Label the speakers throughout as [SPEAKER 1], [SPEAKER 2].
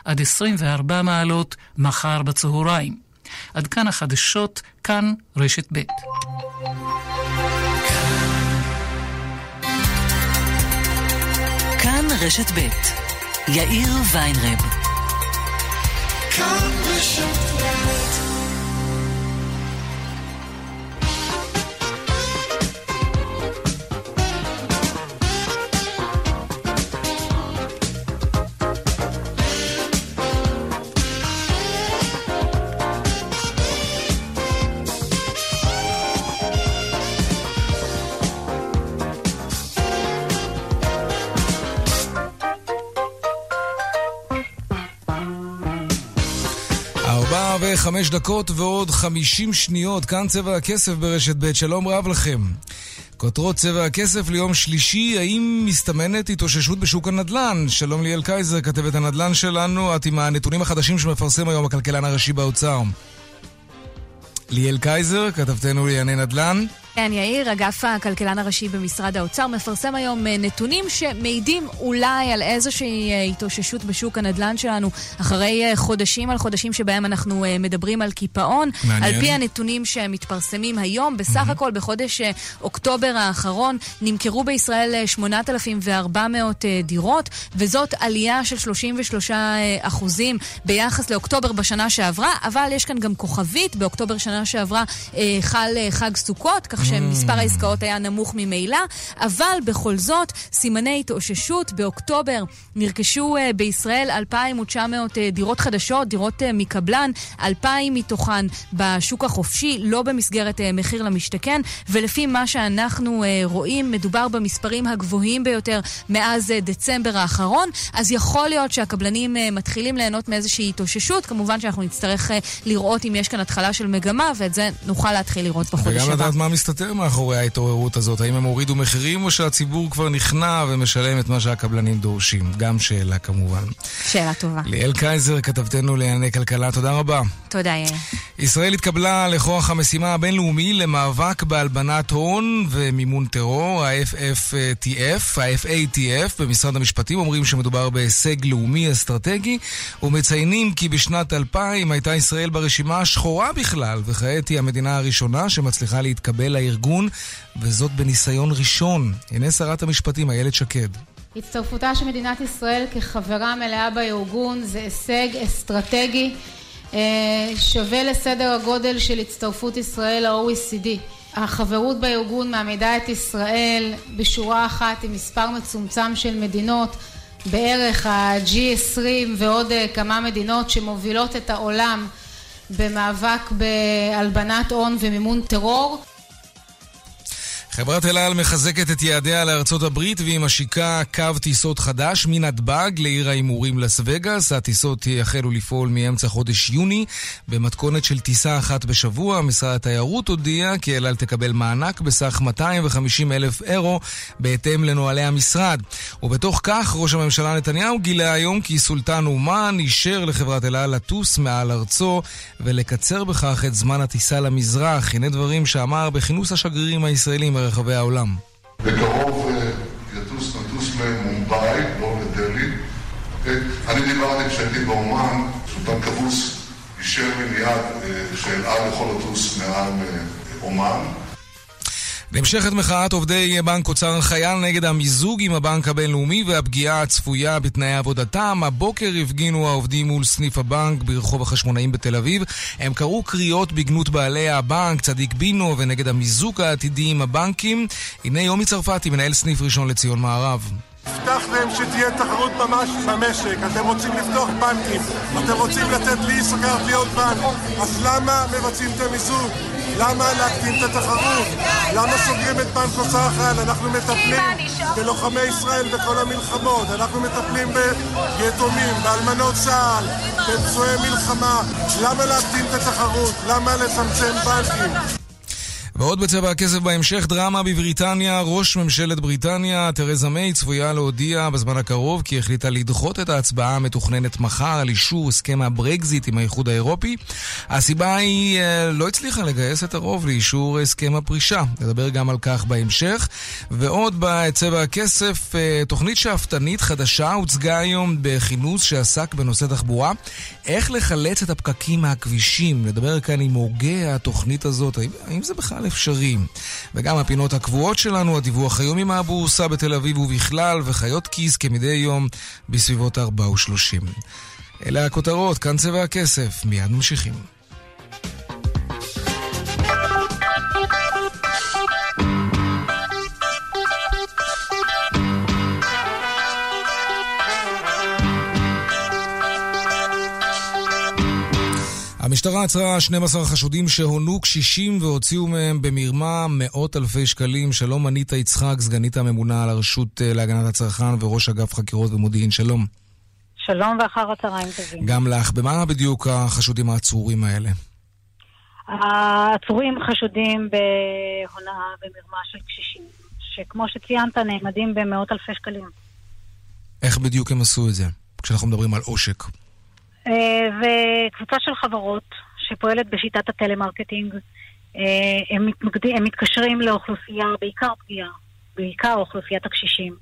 [SPEAKER 1] עד 24 מעלות מחר בצהריים. עד כאן החדשות, כאן רשת ב'.
[SPEAKER 2] כאן רשת ב'. יאיר ויינרב. כאן רשת ב'.
[SPEAKER 3] ו5 דקות ועוד 50 שניות, כאן צבע הכסף ברשת ב'. שלום רב לכם. כותרות צבע הכסף ליום שלישי, האם מסתמנת התאוששות בשוק הנדל"ן? שלום ליאל קייזר, כתבת הנדל"ן שלנו, את עם הנתונים החדשים שמפרסם היום הכלכלן הראשי באוצר. ליאל קייזר, כתבתנו לענייני נדל"ן.
[SPEAKER 4] כן, יאיר, אגף הכלכלן הראשי במשרד האוצר מפרסם היום נתונים שמעידים אולי על איזושהי התאוששות בשוק הנדל"ן שלנו אחרי חודשים על חודשים שבהם אנחנו מדברים על קיפאון. מעניין. על פי הנתונים שמתפרסמים היום, בסך הכל בחודש אוקטובר האחרון נמכרו בישראל 8,400 דירות, וזאת עלייה של 33% ביחס לאוקטובר בשנה שעברה, אבל יש כאן גם כוכבית, באוקטובר שנה שעברה חל חג סוכות, כך שמספר העסקאות היה נמוך ממילא, אבל בכל זאת, סימני התאוששות. באוקטובר נרכשו בישראל 2,900 דירות חדשות, דירות מקבלן, 2,000 מתוכן בשוק החופשי, לא במסגרת מחיר למשתכן, ולפי מה שאנחנו רואים, מדובר במספרים הגבוהים ביותר מאז דצמבר האחרון, אז יכול להיות שהקבלנים מתחילים ליהנות מאיזושהי התאוששות, כמובן שאנחנו נצטרך לראות אם יש כאן התחלה של מגמה, ואת זה נוכל להתחיל לראות בחודש הבא.
[SPEAKER 3] וגם לדעת מה מסתתר מאחורי ההתעוררות הזאת, האם הם הורידו מחירים או שהציבור כבר נכנע ומשלם את מה שהקבלנים דורשים. גם שאלה כמובן.
[SPEAKER 4] שאלה טובה. ליאל
[SPEAKER 3] קייזר, כתבתנו לענייני כלכלה, תודה רבה.
[SPEAKER 4] תודה יאיר.
[SPEAKER 3] ישראל התקבלה לכוח המשימה הבינלאומי למאבק בהלבנת הון ומימון טרור, ה-FATF במשרד המשפטים אומרים שמדובר בהישג לאומי אסטרטגי, ומציינים כי בשנת 2000 הייתה ישראל ברשימה השחורה בכלל, וכעת היא המדינה הראשונה שמצליחה להתקבל לארגון, וזאת בניסיון ראשון. הנה שרת המשפטים איילת שקד.
[SPEAKER 5] הצטרפותה של מדינת ישראל כחברה מלאה בארגון זה הישג אסטרטגי שווה לסדר הגודל של הצטרפות ישראל ל-OECD. החברות בארגון מעמידה את ישראל בשורה אחת עם מספר מצומצם של מדינות, בערך ה-G20 ועוד כמה מדינות שמובילות את העולם במאבק בהלבנת הון ומימון טרור.
[SPEAKER 3] חברת אל על מחזקת את יעדיה לארצות הברית והיא משיקה קו טיסות חדש מנתב"ג לעיר האימורים לס וגאס. הטיסות יחלו לפעול מאמצע חודש יוני במתכונת של טיסה אחת בשבוע. משרד התיירות הודיע כי אל על תקבל מענק בסך 250,000 אירו בהתאם לנוהלי המשרד. ובתוך כך ראש הממשלה נתניהו גילה היום כי סולטן אומן אישר לחברת אל על לטוס מעל ארצו ולקצר בכך את זמן הטיסה למזרח. הנה דברים שאמר בכינוס השגרירים הישראלים ברחבי העולם.
[SPEAKER 6] בקרוב נטוס למומבאי, לא לדלי. אני דיברתי כשהייתי באומן, סולטן קבוס אישר לי מיד שאל על יכול לטוס מעל אומן.
[SPEAKER 3] נמשכת מחאת עובדי בנק אוצר חייל נגד המיזוג עם הבנק הבינלאומי והפגיעה הצפויה בתנאי עבודתם. הבוקר הפגינו העובדים מול סניף הבנק ברחוב החשמונאים בתל אביב. הם קראו קריאות בגנות בעלי הבנק, צדיק בינו, ונגד המיזוג העתידי עם הבנקים. הנה יומי צרפתי, מנהל סניף ראשון לציון מערב.
[SPEAKER 7] הבטחתם שתהיה תחרות ממש במשק, אתם רוצים לפתוח בנקים, אתם רוצים לתת לי ישראכרט להיות בנק, אז למה מבצעים את המיזוג? למה להקטין את התחרות? למה סוגרים את בנק אוצר חייל? אנחנו מטפלים בלוחמי ישראל בכל המלחמות, אנחנו מטפלים ביתומים, באלמנות צה"ל, בפצועי מלחמה. למה להקטין את התחרות? למה לצמצם בנקים?
[SPEAKER 3] ועוד בצבע הכסף בהמשך, דרמה בבריטניה. ראש ממשלת בריטניה, תרזה מיי, צפויה להודיע בזמן הקרוב כי החליטה לדחות את ההצבעה המתוכננת מחר על אישור הסכם הברקזיט עם האיחוד האירופי. הסיבה היא לא הצליחה לגייס את הרוב לאישור הסכם הפרישה. נדבר גם על כך בהמשך. ועוד בצבע הכסף, תוכנית שאפתנית חדשה הוצגה היום בכינוס שעסק בנושא תחבורה. איך לחלץ את הפקקים מהכבישים. נדבר כאן עם הוגה התוכנית הזאת. האם זה בכלל אפשרי? וגם הפינות הקבועות שלנו, הדיווח היומי מהבורסה בתל אביב ובכלל, וחיות כיס כמדי יום בסביבות 4:30. אלה הכותרות, כאן צבע הכסף, מיד ממשיכים. המשטרה עצרה 12 חשודים שהונו קשישים והוציאו מהם במרמה מאות אלפי שקלים. שלום אניטה יצחק, סגנית הממונה על הרשות להגנת הצרכן וראש אגף חקירות ומודיעין. שלום.
[SPEAKER 8] שלום ואחר הצהריים טובים.
[SPEAKER 3] גם לך. במה בדיוק החשודים העצורים האלה?
[SPEAKER 8] העצורים חשודים בהונאה במרמה של קשישים, שכמו שציינת נעמדים במאות אלפי שקלים. איך
[SPEAKER 3] בדיוק הם עשו את זה, כשאנחנו מדברים על עושק?
[SPEAKER 8] וקבוצה של חברות שפועלת בשיטת הטלמרקטינג, הם מתקשרים לאוכלוסייה, בעיקר פגיעה, בעיקר אוכלוסיית הקשישים.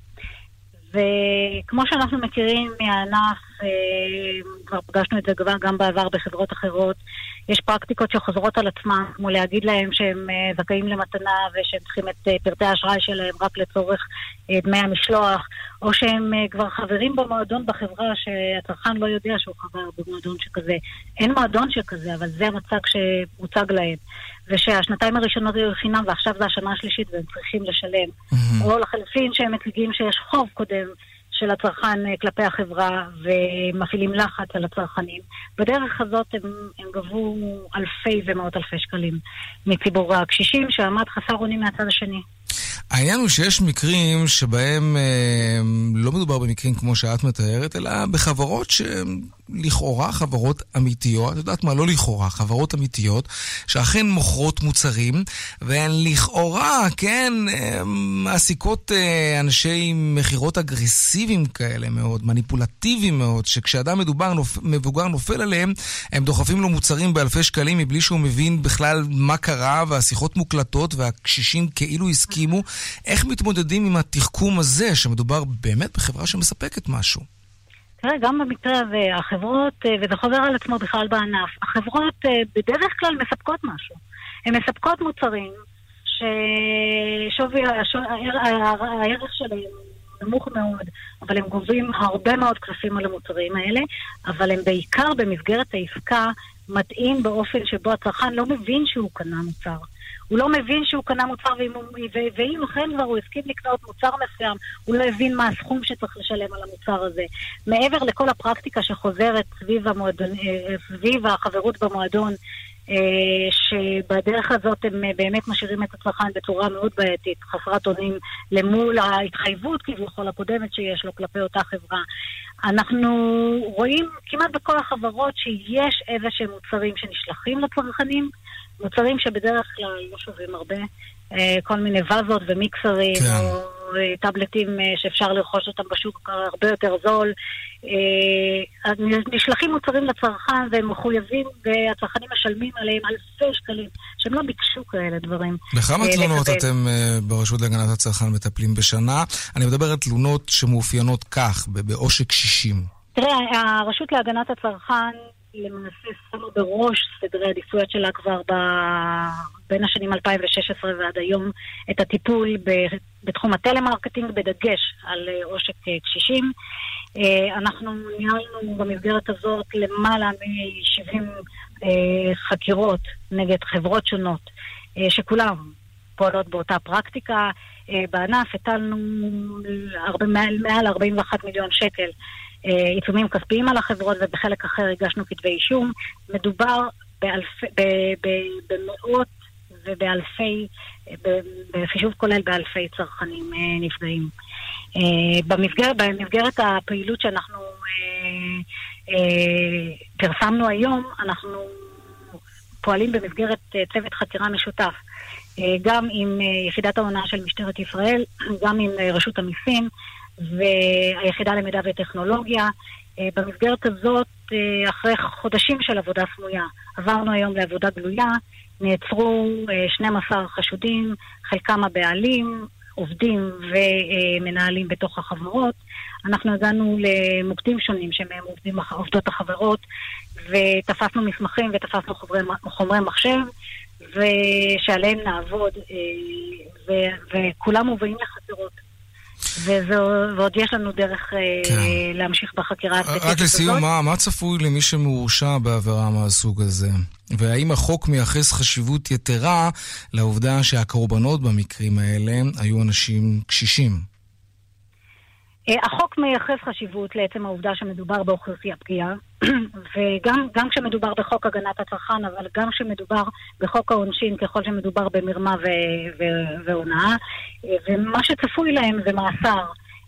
[SPEAKER 8] וכמו שאנחנו מכירים מהענף, כבר פגשנו את זה גם בעבר בחברות אחרות, יש פרקטיקות שחוזרות על עצמן, כמו להגיד להם שהם זכאים למתנה ושהם צריכים את פרטי האשראי שלהם רק לצורך דמי המשלוח, או שהם כבר חברים במועדון בחברה שהצרכן לא יודע שהוא חבר במועדון שכזה. אין מועדון שכזה, אבל זה המצג שהוצג להם. ושהשנתיים הראשונות היו חינם ועכשיו זה השנה השלישית והם צריכים לשלם. או לחלפין שהם מציגים שיש חוב קודם של הצרכן כלפי החברה ומפעילים לחץ על הצרכנים. בדרך הזאת הם גבו אלפי ומאות אלפי שקלים מציבור הקשישים שעמד חסר אונים מהצד השני.
[SPEAKER 3] העניין הוא שיש מקרים שבהם לא מדובר במקרים כמו שאת מתארת, אלא בחברות שלכאורה חברות אמיתיות, את יודעת מה, לא לכאורה, חברות אמיתיות, שאכן מוכרות מוצרים, והן לכאורה, כן, מעסיקות אנשי מחירות אגרסיביים כאלה מאוד, מניפולטיביים מאוד, שכשאדם מבוגר נופל עליהם, הם דוחפים לו מוצרים באלפי שקלים, מבלי שהוא מבין בכלל מה קרה, והשיחות מוקלטות, והקשישים כאילו הסכימו. איך מתמודדים עם התחכום הזה, שמדובר באמת בחברה שמספקת משהו?
[SPEAKER 8] תראה, גם במקרה הזה, החברות, וזה חוזר על עצמו בכלל בענף, החברות בדרך כלל מספקות משהו. הן מספקות מוצרים ששווי, הערך שלהם נמוך מאוד, אבל הם גובים הרבה מאוד כספים על המוצרים האלה, אבל הם בעיקר במסגרת העסקה מתאים באופן שבו הצרכן לא מבין שהוא קנה מוצר. הוא לא מבין שהוא קנה מוצר, ואם לכן כבר הוא הסכים לקנות מוצר מסוים, הוא לא הבין מה הסכום שצריך לשלם על המוצר הזה. מעבר לכל הפרקטיקה שחוזרת סביב החברות במועדון, שבדרך הזאת הם באמת משאירים את הצרכן בצורה מאוד בעייתית, חסרת אונים למול ההתחייבות כביכול הקודמת שיש לו כלפי אותה חברה. אנחנו רואים כמעט בכל החברות שיש איזשהם מוצרים שנשלחים לצרכנים, מוצרים שבדרך כלל לא שווים הרבה, כל מיני וזות ומיקסרים, כן. או טאבלטים שאפשר לרכוש אותם בשוק הרבה יותר זול. נשלחים מוצרים לצרכן והם מחויבים, והצרכנים משלמים עליהם אלפי שקלים, שהם לא ביקשו כאלה דברים. בכמה
[SPEAKER 3] תלונות אתם ברשות להגנת הצרכן מטפלים בשנה? אני מדבר על תלונות שמאופיינות כך, בעושק קשישים.
[SPEAKER 8] תראה, הרשות להגנת הצרכן למעשה שמה בראש סדרי עדיפויות שלה כבר בין השנים 2016 ועד היום את הטיפול בתחום הטלמרקטינג בדגש על עושק קשישים. אנחנו ניהלנו במסגרת הזאת למעלה מ-70 חקירות נגד חברות שונות שכולם פועלות באותה פרקטיקה. בענף הטלנו מעל 41 מיליון שקל עיצומים כספיים על החברות, ובחלק אחר הגשנו כתבי אישום. מדובר במאות ובאלפי, בחישוב כולל באלפי צרכנים נפגעים. במסגרת הפעילות שאנחנו פרסמנו היום, אנחנו פועלים במסגרת צוות חקירה משותף, גם עם יחידת ההונאה של משטרת ישראל, גם עם רשות המיסים והיחידה למידע וטכנולוגיה. במסגרת הזאת, אחרי חודשים של עבודה סמויה, עברנו היום לעבודה גלויה, נעצרו 12 חשודים, חלקם הבעלים, עובדים ומנהלים בתוך החברות. אנחנו הגענו למוקדים שונים שמהם עובדות החברות, ותפסנו מסמכים ותפסנו חומרי מחשב, ושעליהם נעבוד, וכולם מובאים לחקירות. ועוד יש לנו דרך להמשיך בחקירה.
[SPEAKER 3] רק לסיום, מה צפוי למי שמורשע בעבירה מהסוג הזה? והאם החוק מייחס חשיבות יתרה לעובדה שהקורבנות במקרים האלה היו אנשים קשישים?
[SPEAKER 8] החוק מייחס חשיבות לעצם העובדה שמדובר באוכלוסייה פגיעה, וגם כשמדובר בחוק הגנת הצרכן, אבל גם כשמדובר בחוק העונשין, ככל שמדובר במרמה והונאה, ומה שצפוי להם זה מאסר.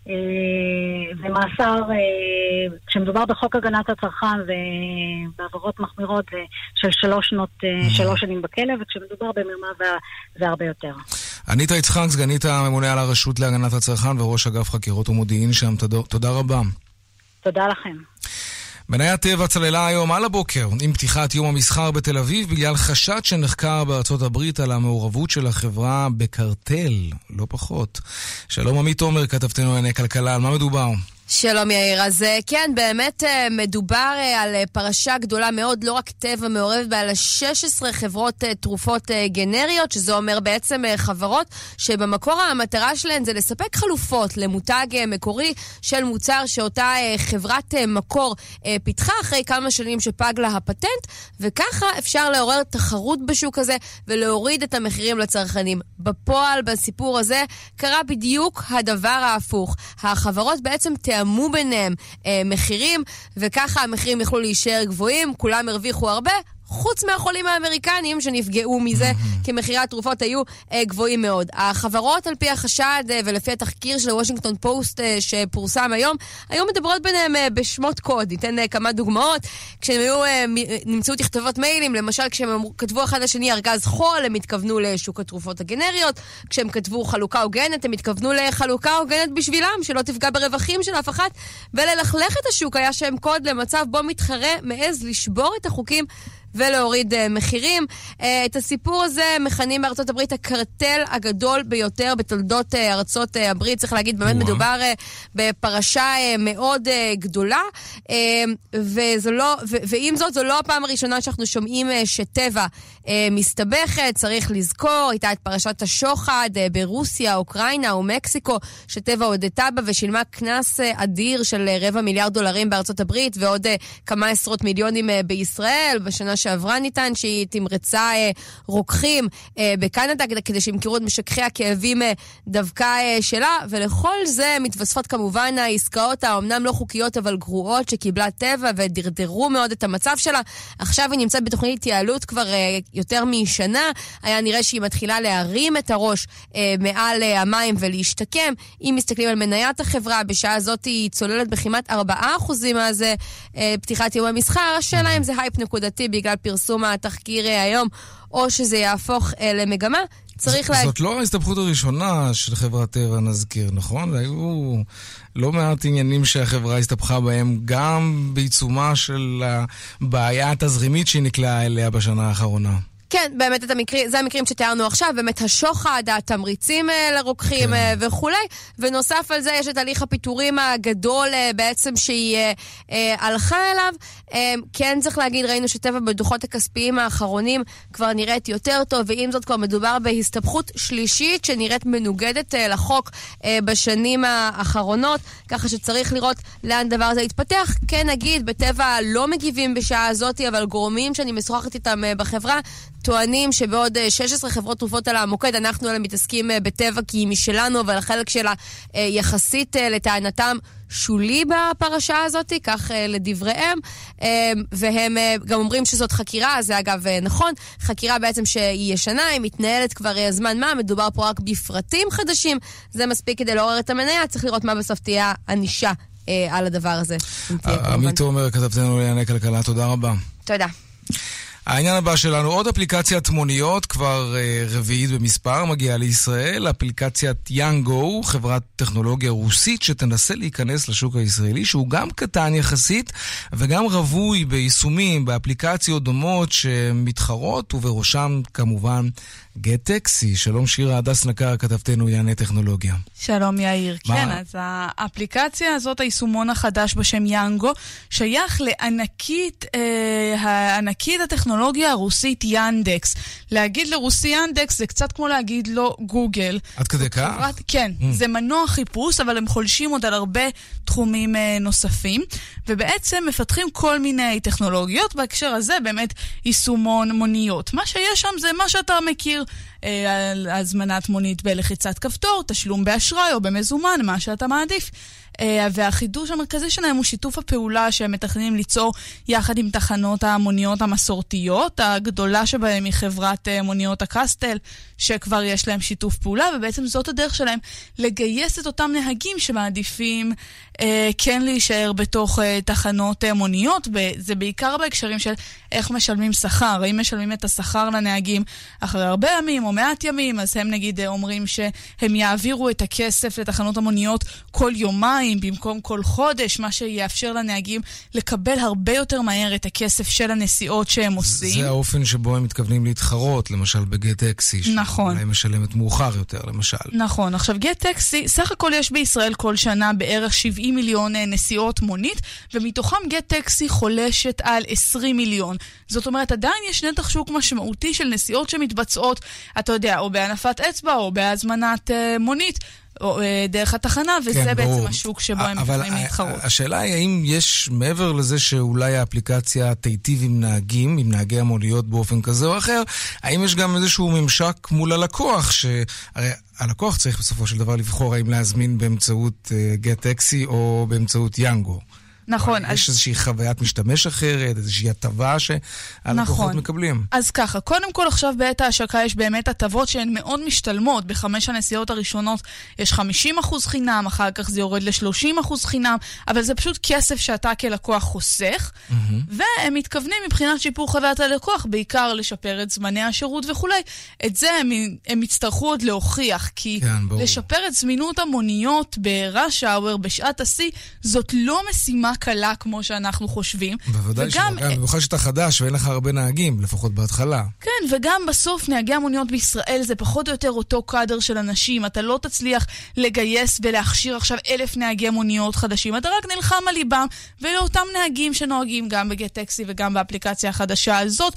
[SPEAKER 8] ומאסר, כשמדובר בחוק הגנת הצרכן ובעבירות מחמירות של 3 שנים בכלא, וכשמדובר במרמה זה הרבה יותר.
[SPEAKER 3] אניטה יצחק, סגנית הממונה על הרשות להגנת הצרכן וראש אגף חקירות ומודיעין שם, תודה רבה.
[SPEAKER 8] תודה לכם.
[SPEAKER 3] מניית טבע צללה היום על הבוקר עם פתיחת יום המסחר בתל אביב בגלל חשד שנחקר בארצות הברית על המעורבות של החברה בקרטל, לא פחות. שלום עמית תומר, כתבתנו לענייני כלכלה, על מה מדובר?
[SPEAKER 9] שלום יאיר, אז כן, באמת מדובר על פרשה גדולה מאוד, לא רק טבע מעורבת, בעל 16 חברות תרופות גנריות, שזה אומר בעצם חברות שבמקור המטרה שלהן זה לספק חלופות למותג מקורי של מוצר שאותה חברת מקור פיתחה אחרי כמה שנים שפג לה הפטנט, וככה אפשר לעורר תחרות בשוק הזה ולהוריד את המחירים לצרכנים. בפועל, בסיפור הזה, קרה בדיוק הדבר ההפוך. החברות בעצם תאמו ביניהם מחירים, וככה המחירים יכלו להישאר גבוהים, כולם הרוויחו הרבה, חוץ מהחולים האמריקנים שנפגעו מזה, כי מחירי התרופות היו גבוהים מאוד. החברות על פי החשד ולפי התחקיר של הוושינגטון פוסט שפורסם היום, היו מדברות ביניהם בשמות קוד. ניתן כמה דוגמאות. כשהם נמצאו תכתובות מיילים, למשל כשהם כתבו אחד לשני ארגז חול, הם התכוונו לשוק התרופות הגנריות. כשהם כתבו חלוקה הוגנת, הם התכוונו לחלוקה הוגנת בשבילם, שלא תפגע ברווחים של אף אחת. וללכלך את השוק היה שם קוד למצב בו מתחרה מעז לשבור את החוקים ולהוריד מחירים. את הסיפור הזה מכנים בארצות הברית הקרטל הגדול ביותר בתולדות ארצות הברית. צריך להגיד, באמת מדובר בפרשה מאוד גדולה, ועם זאת, זו לא הפעם הראשונה שאנחנו שומעים שטבע מסתבכת. צריך לזכור, הייתה את פרשת השוחד ברוסיה, אוקראינה ומקסיקו, שטבע הודתה בה ושילמה כנס אדיר של $250 בארצות הברית, ועוד כמה עשרות מיליונים בישראל. בשנה שעברה ניתן שהיא תמרצה רוקחים בקנדה כדי שימכרו את משככי הכאבים דווקא שלה, ולכל זה מתווספות כמובן העסקאות האומנם לא חוקיות אבל גרועות שקיבלה טבע ודרדרו מאוד את המצב שלה. עכשיו היא נמצאת בתוכנית התייעלות כבר יותר משנה, היה נראה שהיא מתחילה להרים את הראש מעל המים ולהשתקם. אם מסתכלים על מניית החברה, בשעה הזאת היא צוללת בכמעט 4% מאז פתיחת יום המסחר. השאלה אם זה הייפ נקודתי בגלל פרסום התחקיר היום, או שזה יהפוך למגמה.
[SPEAKER 3] זאת לא ההסתבכות הראשונה של חברת טבע, נזכיר, נכון? היו לא מעט עניינים שהחברה הסתבכה בהם, גם בעיצומה של הבעיה התזרימית שהיא נקלעה אליה בשנה האחרונה.
[SPEAKER 9] כן, באמת זה המקרים שתיארנו עכשיו, באמת השוחד, התמריצים לרוקחים וכולי, ונוסף על זה יש את הליך הפיטורים הגדול בעצם שהיא הלכה אליו. כן צריך להגיד, ראינו שטבע בדוחות הכספיים האחרונים כבר נראית יותר טוב, ועם זאת כבר מדובר בהסתבכות שלישית שנראית מנוגדת לחוק בשנים האחרונות, ככה שצריך לראות לאן דבר הזה יתפתח. כן נגיד, בטבע לא מגיבים בשעה הזאת, אבל גורמים שאני משוחחת איתם בחברה, טוענים שבעוד 16 חברות תרופות על המוקד, אנחנו אלה מתעסקים בטבע כי היא משלנו, אבל החלק שלה יחסית לטענתם שולי בפרשה הזאת, כך לדבריהם, והם גם אומרים שזאת חקירה, זה אגב נכון, חקירה בעצם שהיא ישנה, היא מתנהלת כבר זמן מה, מדובר פה רק בפרטים חדשים, זה מספיק כדי לעורר את המניה, צריך לראות מה בסוף תהיה ענישה על הדבר הזה.
[SPEAKER 3] עמית תומר, כתבתנו לענייני כלכלה, תודה רבה.
[SPEAKER 9] תודה.
[SPEAKER 3] העניין הבא שלנו, עוד אפליקציית מוניות, כבר רביעית במספר, מגיעה לישראל, אפליקציית יאנגו, חברת טכנולוגיה רוסית שתנסה להיכנס לשוק הישראלי, שהוא גם קטן יחסית וגם רבוי ביישומים, באפליקציות דומות שמתחרות, ובראשם כמובן גט-טקסי. שלום שירה, הדס נקר, כתבתנו לענייני טכנולוגיה.
[SPEAKER 10] שלום יאיר. כן, אז האפליקציה הזאת, היישומון החדש בשם יאנגו, שייך לענקית הטכנולוגיה הרוסית ינדקס. להגיד לרוסי ינדקס זה קצת כמו להגיד לו גוגל.
[SPEAKER 3] עד כדי כך?
[SPEAKER 10] כן, זה מנוע חיפוש, אבל הם חולשים עוד על הרבה תחומים נוספים, ובעצם מפתחים כל מיני טכנולוגיות. בהקשר הזה באמת יישומון מוניות. מה שיש שם זה מה שאתה מכיר, על הזמנת מונית בלחיצת כפתור, תשלום באשראי או במזומן, מה שאתה מעדיף. והחידוש המרכזי שלהם הוא שיתוף הפעולה שהם מתכננים ליצור יחד עם תחנות המוניות המסורתיות. הגדולה שבהם היא חברת מוניות הקסטל, שכבר יש להם שיתוף פעולה, ובעצם זאת הדרך שלהם לגייס את אותם נהגים שמעדיפים כן להישאר בתוך תחנות מוניות. זה בעיקר בהקשרים של איך משלמים שכר, האם משלמים את השכר לנהגים אחרי הרבה ימים או מעט ימים, אז הם נגיד אומרים שהם יעבירו את הכסף לתחנות המוניות כל יומיים במקום כל חודש, מה שיאפשר לנהגים לקבל הרבה יותר מהר את הכסף של הנסיעות שהם עושים.
[SPEAKER 3] זה האופן שבו הם מתכוונים להתחרות, למשל בגט-טקסי,
[SPEAKER 10] נכון.
[SPEAKER 3] שאולי משלמת מאוחר יותר, למשל.
[SPEAKER 10] נכון, עכשיו גט-טקסי, סך הכל יש בישראל כל שנה בערך 70 מיליון נסיעות מונית, ומתוכם גט-טקסי חולשת על 20 מיליון. זאת אומרת, עדיין יש נתח שוק משמעותי של נסיעות שמתבצעות, אתה יודע, או בהנפת אצבע, או בהזמנת מונית, או דרך התחנה, וזה כן, בעצם ברור. השוק שבו הם מתכוונים להתחרות.
[SPEAKER 3] השאלה היא, האם יש, מעבר לזה שאולי האפליקציה תיטיב עם נהגים, עם נהגי המוניות באופן כזה או אחר, האם יש גם איזשהו ממשק מול הלקוח, שהרי הלקוח צריך בסופו של דבר לבחור האם להזמין באמצעות גט-טקסי או באמצעות יאנגו.
[SPEAKER 10] נכון.
[SPEAKER 3] יש איזושהי חוויית משתמש אחרת, איזושהי הטבה שהלקוחות מקבלים.
[SPEAKER 10] אז ככה, קודם כל עכשיו בעת ההשקה יש באמת הטבות שהן מאוד משתלמות. ב5 הנסיעות הראשונות יש 50% חינם, אחר כך זה יורד ל30% חינם, אבל זה פשוט כסף שאתה כלקוח חוסך, והם מתכוונים מבחינת שיפור חוויית הלקוח, בעיקר לשפר את זמני השירות וכולי. את זה הם יצטרכו עוד להוכיח, כי לשפר את זמינות המוניות בראש האוור, בשעת השיא, זאת לא משימה קלה כמו שאנחנו חושבים.
[SPEAKER 3] בוודאי במיוחד שאתה חדש ואין לך הרבה נהגים, לפחות בהתחלה.
[SPEAKER 10] כן, וגם בסוף נהגי המוניות בישראל זה פחות או יותר אותו קאדר של אנשים. אתה לא תצליח לגייס ולהכשיר עכשיו 1,000 נהגי מוניות חדשים. אתה רק נלחם על ליבם, ולאותם נהגים שנוהגים גם בגט-טקסי וגם באפליקציה החדשה הזאת,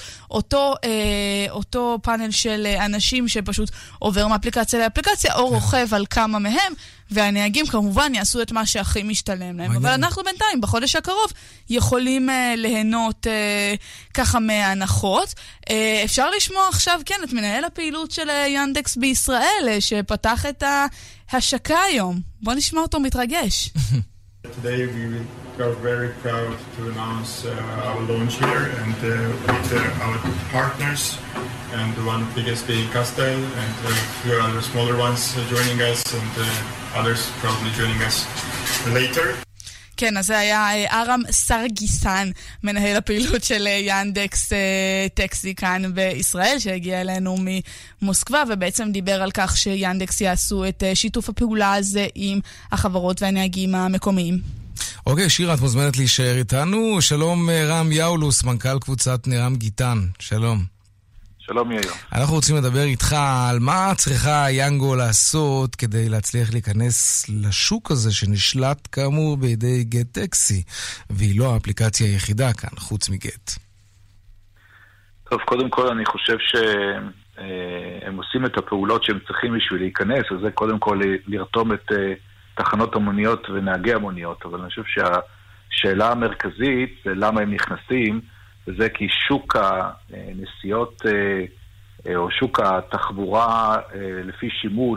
[SPEAKER 10] אותו פאנל של אנשים שפשוט עובר מאפליקציה לאפליקציה, או רוכב על כמה מהם, והנהגים כמובן יעשו את מה שהכי משתלם להם. אבל אנחנו בינתיים, בחודש הקרוב, יכולים ליהנות ככה מההנחות. אפשר לשמוע עכשיו, כן, את מנהל הפעילות של ינדקס בישראל, שפתח את ההשקה היום. בוא נשמע אותו מתרגש.
[SPEAKER 11] Today we are very proud to announce our launch here and with our partners, and one biggest being Castel, and few other smaller ones joining us, and others probably joining us later.
[SPEAKER 10] כן, אז זה היה ארם סרגיסן, מנהל הפעילות של ינדקס טקסי כאן בישראל, שהגיע אלינו ממוסקבה, ובעצם דיבר על כך שיינדקס יעשו את שיתוף הפעולה הזה עם החברות והנהגים המקומיים.
[SPEAKER 3] אוקיי, שירה, את מוזמנת להישאר איתנו. שלום רם יאולוס, מנכ"ל קבוצת נרם גיטן. שלום.
[SPEAKER 12] שלום יאיר.
[SPEAKER 3] אנחנו רוצים לדבר איתך על מה צריכה יאנגו לעשות כדי להצליח להיכנס לשוק הזה שנשלט כאמור בידי גט-טקסי, והיא לא האפליקציה היחידה כאן, חוץ מגט.
[SPEAKER 12] טוב, קודם כל אני חושב שהם עושים את הפעולות שהם צריכים בשביל להיכנס, אז זה קודם כל לרתום את תחנות המוניות ונהגי המוניות, אבל אני חושב שהשאלה המרכזית זה למה הם נכנסים, וזה כי שוק הנסיעות או שוק התחבורה לפי שימוש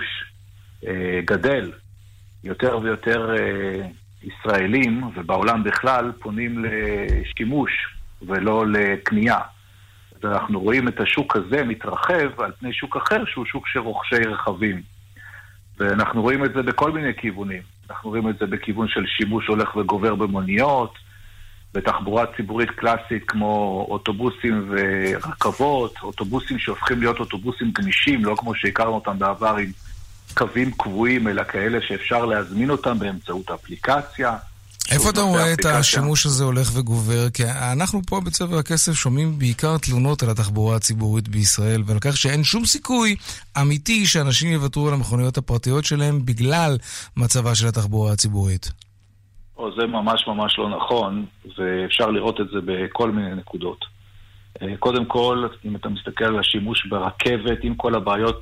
[SPEAKER 12] גדל. יותר ויותר ישראלים ובעולם בכלל פונים לשימוש ולא לקנייה. ואנחנו רואים את השוק הזה מתרחב על פני שוק אחר שהוא שוק של רוכשי רכבים. ואנחנו רואים את זה בכל מיני כיוונים. אנחנו רואים את זה בכיוון של שימוש הולך וגובר במוניות, בתחבורה ציבורית קלאסית כמו אוטובוסים ורכבות, אוטובוסים שהופכים להיות אוטובוסים גמישים, לא כמו שהכרנו אותם בעבר עם קווים קבועים, אלא כאלה שאפשר להזמין אותם באמצעות אפליקציה.
[SPEAKER 3] איפה אתה רואה את השימוש הזה הולך וגובר? כי אנחנו פה בצבע הכסף שומעים בעיקר תלונות על התחבורה הציבורית בישראל, ועל כך שאין שום סיכוי אמיתי שאנשים יוותרו על המכוניות הפרטיות שלהם בגלל מצבה של התחבורה הציבורית.
[SPEAKER 12] זה ממש ממש לא נכון, ואפשר לראות את זה בכל מיני נקודות. קודם כל, אם אתה מסתכל על השימוש ברכבת, עם כל הבעיות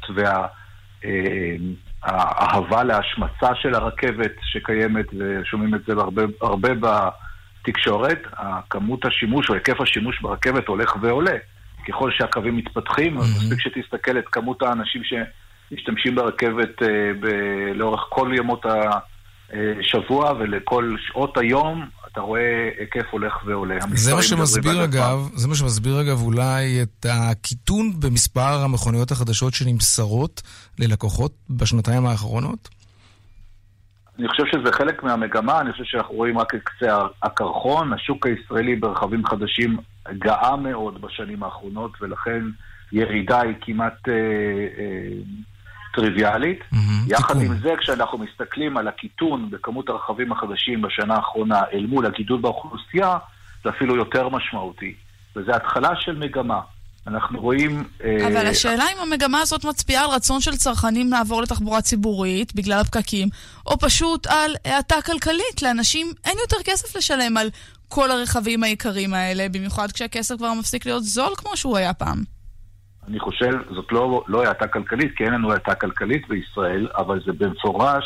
[SPEAKER 12] האהבה להשמצה של הרכבת שקיימת, ושומעים את זה הרבה בתקשורת, כמות השימוש או היקף השימוש ברכבת הולך ועולה. ככל שהקווים מתפתחים, אז מספיק שתסתכל את כמות האנשים שמשתמשים ברכבת לאורך כל ימות השבוע ולכל שעות היום, אתה רואה היקף הולך ועולה.
[SPEAKER 3] זה מה שמסביר אגב אולי את הקיטון במספר המכוניות החדשות שנמסרות ללקוחות בשנתיים האחרונות?
[SPEAKER 12] אני חושב שזה חלק מהמגמה, אני חושב שאנחנו רואים רק את קצה הקרחון, השוק הישראלי ברכבים חדשים גאה מאוד בשנים האחרונות, ולכן ירידה היא כמעט טריוויאלית. יחד עם זה, כשאנחנו מסתכלים על הקיטון בכמות הרכבים החדשים בשנה האחרונה אל מול הגידול באוכלוסייה, זה אפילו יותר משמעותי. וזה התחלה של מגמה. אנחנו רואים...
[SPEAKER 10] אבל השאלה אם המגמה הזאת מצביעה על רצון של צרכנים לעבור לתחבורה ציבורית בגלל הפקקים, או פשוט על האטה כלכלית. לאנשים אין יותר כסף לשלם על כל הרכבים העיקריים האלה, במיוחד כשהכסף כבר מפסיק להיות זול כמו שהוא היה פעם.
[SPEAKER 12] אני חושב, זאת לא האטה כלכלית, כי אין לנו האטה כלכלית בישראל, אבל זה במפורש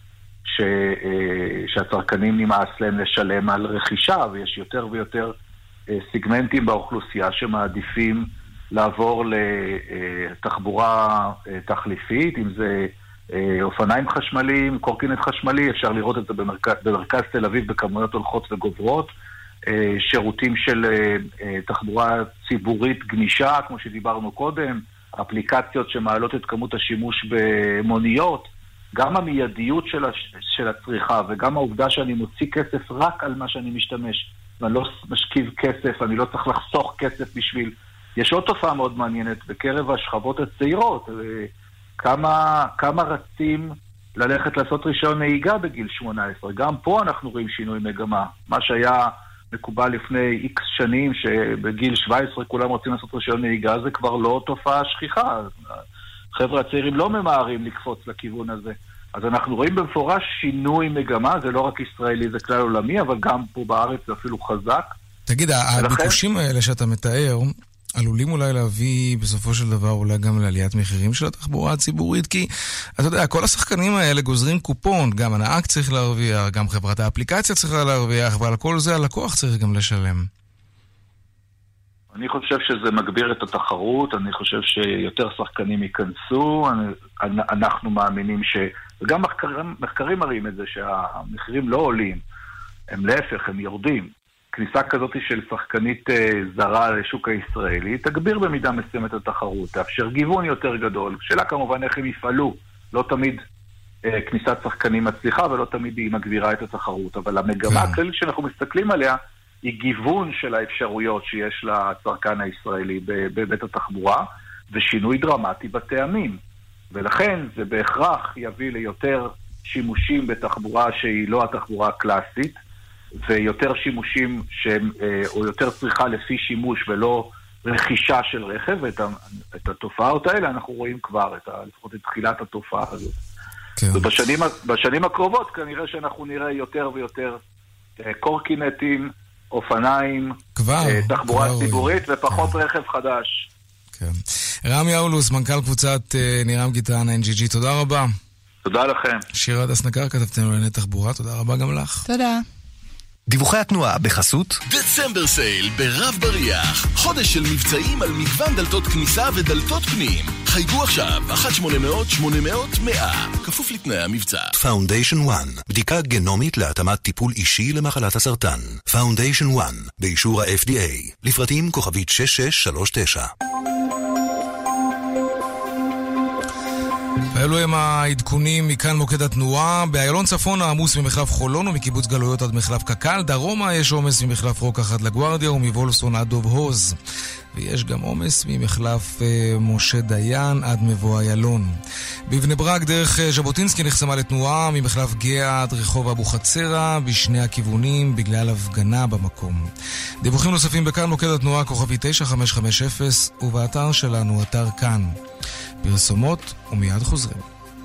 [SPEAKER 12] שהצרכנים נמאס להם לשלם על רכישה, ויש יותר ויותר סיגמנטים באוכלוסייה שמעדיפים לעבור לתחבורה תחליפית, אם זה אופניים חשמליים, קורקינט חשמלי, אפשר לראות את זה במרכז תל אביב בכמויות הולכות וגוברות, שירותים של תחבורה ציבורית גמישה, כמו שדיברנו קודם, אפליקציות שמעלות את כמות השימוש במוניות, גם המיידיות של הצריכה וגם העובדה שאני מוציא כסף רק על מה שאני משתמש, ואני לא משכיב כסף, אני לא צריך לחסוך כסף בשביל. יש עוד תופעה מאוד מעניינת בקרב השכבות הצעירות, כמה רצים ללכת לעשות רישיון נהיגה בגיל 18. גם פה אנחנו רואים שינוי מגמה. מה שהיה מקובל לפני איקס שנים, שבגיל 17 כולם רוצים לעשות רישיון נהיגה, זה כבר לא תופעה שכיחה. חבר'ה הצעירים לא ממהרים לקפוץ לכיוון הזה. אז אנחנו רואים במפורש שינוי מגמה, זה לא רק ישראלי, זה כלל עולמי, אבל גם פה בארץ זה אפילו חזק.
[SPEAKER 3] תגיד, הביקושים האלה שאתה מתאר, עלולים אולי להביא בסופו של דבר אולי גם לעליית מחירים של התחבורה הציבורית, כי אתה יודע, כל השחקנים האלה גוזרים קופון, גם הנהג צריך להרוויח, גם חברת האפליקציה צריכה להרוויח, ועל כל זה הלקוח צריך גם לשלם.
[SPEAKER 12] אני חושב שזה מגביר את התחרות, אני חושב שיותר שחקנים ייכנסו, אנחנו מאמינים וגם מחקרים מראים את זה שהמחירים לא עולים, הם להפך, הם יורדים. כניסה כזאת של שחקנית זרה לשוק הישראלי תגביר במידה מסוימת את התחרות, תאפשר גיוון יותר גדול. שאלה כמובן איך הם יפעלו, לא תמיד כניסת שחקנים מצליחה ולא תמיד היא מגבירה את התחרות, אבל המגמה הכללית שאנחנו מסתכלים עליה היא גיוון של האפשרויות שיש לצרכן הישראלי בבית התחבורה, ושינוי דרמטי בטעמים. ולכן זה בהכרח יביא ליותר שימושים בתחבורה שהיא לא התחבורה הקלאסית, ויותר שימושים או יותר צריכה לפי שימוש ולא רכישה של רכב, את התופעות האלה אנחנו רואים כבר, לפחות את תחילת התופעה הזאת. כן. ובשנים הקרובות כנראה שאנחנו נראה יותר ויותר קורקינטים, אופניים, תחבורה ציבורית ופחות רכב חדש.
[SPEAKER 3] כן. רם יאולוס, מנכ"ל קבוצת נירם גיטרן NGG, תודה רבה.
[SPEAKER 12] תודה לכם.
[SPEAKER 3] שירה דסנקר, כתבתנו לענייני תחבורה, תודה רבה גם לך.
[SPEAKER 10] תודה.
[SPEAKER 13] דיווחי התנועה בחסות
[SPEAKER 14] דצמבר סייל ברב בריח, חודש של מבצעים על מגוון דלתות כניסה ודלתות פנים. חייגו עכשיו 1-800-800-100 כפוף לתנאי המבצע.
[SPEAKER 13] פאונדיישן 1, בדיקה גנומית להתאמת טיפול אישי למחלת הסרטן. פאונדיישן 1, באישור ה-FDA, לפרטים כוכבית 6639.
[SPEAKER 3] ואלו הם העדכונים מכאן מוקד התנועה. באיילון צפון העמוס ממחלף חולון ומקיבוץ גלויות עד מחלף קקל. דרומה יש עומס ממחלף רוקח עד לגוארדיה ומוולפסון עד דוב הוז. ויש גם עומס ממחלף משה דיין עד מבוא איילון. בבני ברק דרך ז'בוטינסקי נחסמה לתנועה ממחלף גאה עד רחוב אבו חצרה בשני הכיוונים בגלל הפגנה במקום. דיווחים נוספים בכאן מוקד התנועה כוכבי 9550 ובאתר שלנו, אתר כאן. פרסומות ומיד חוזרים.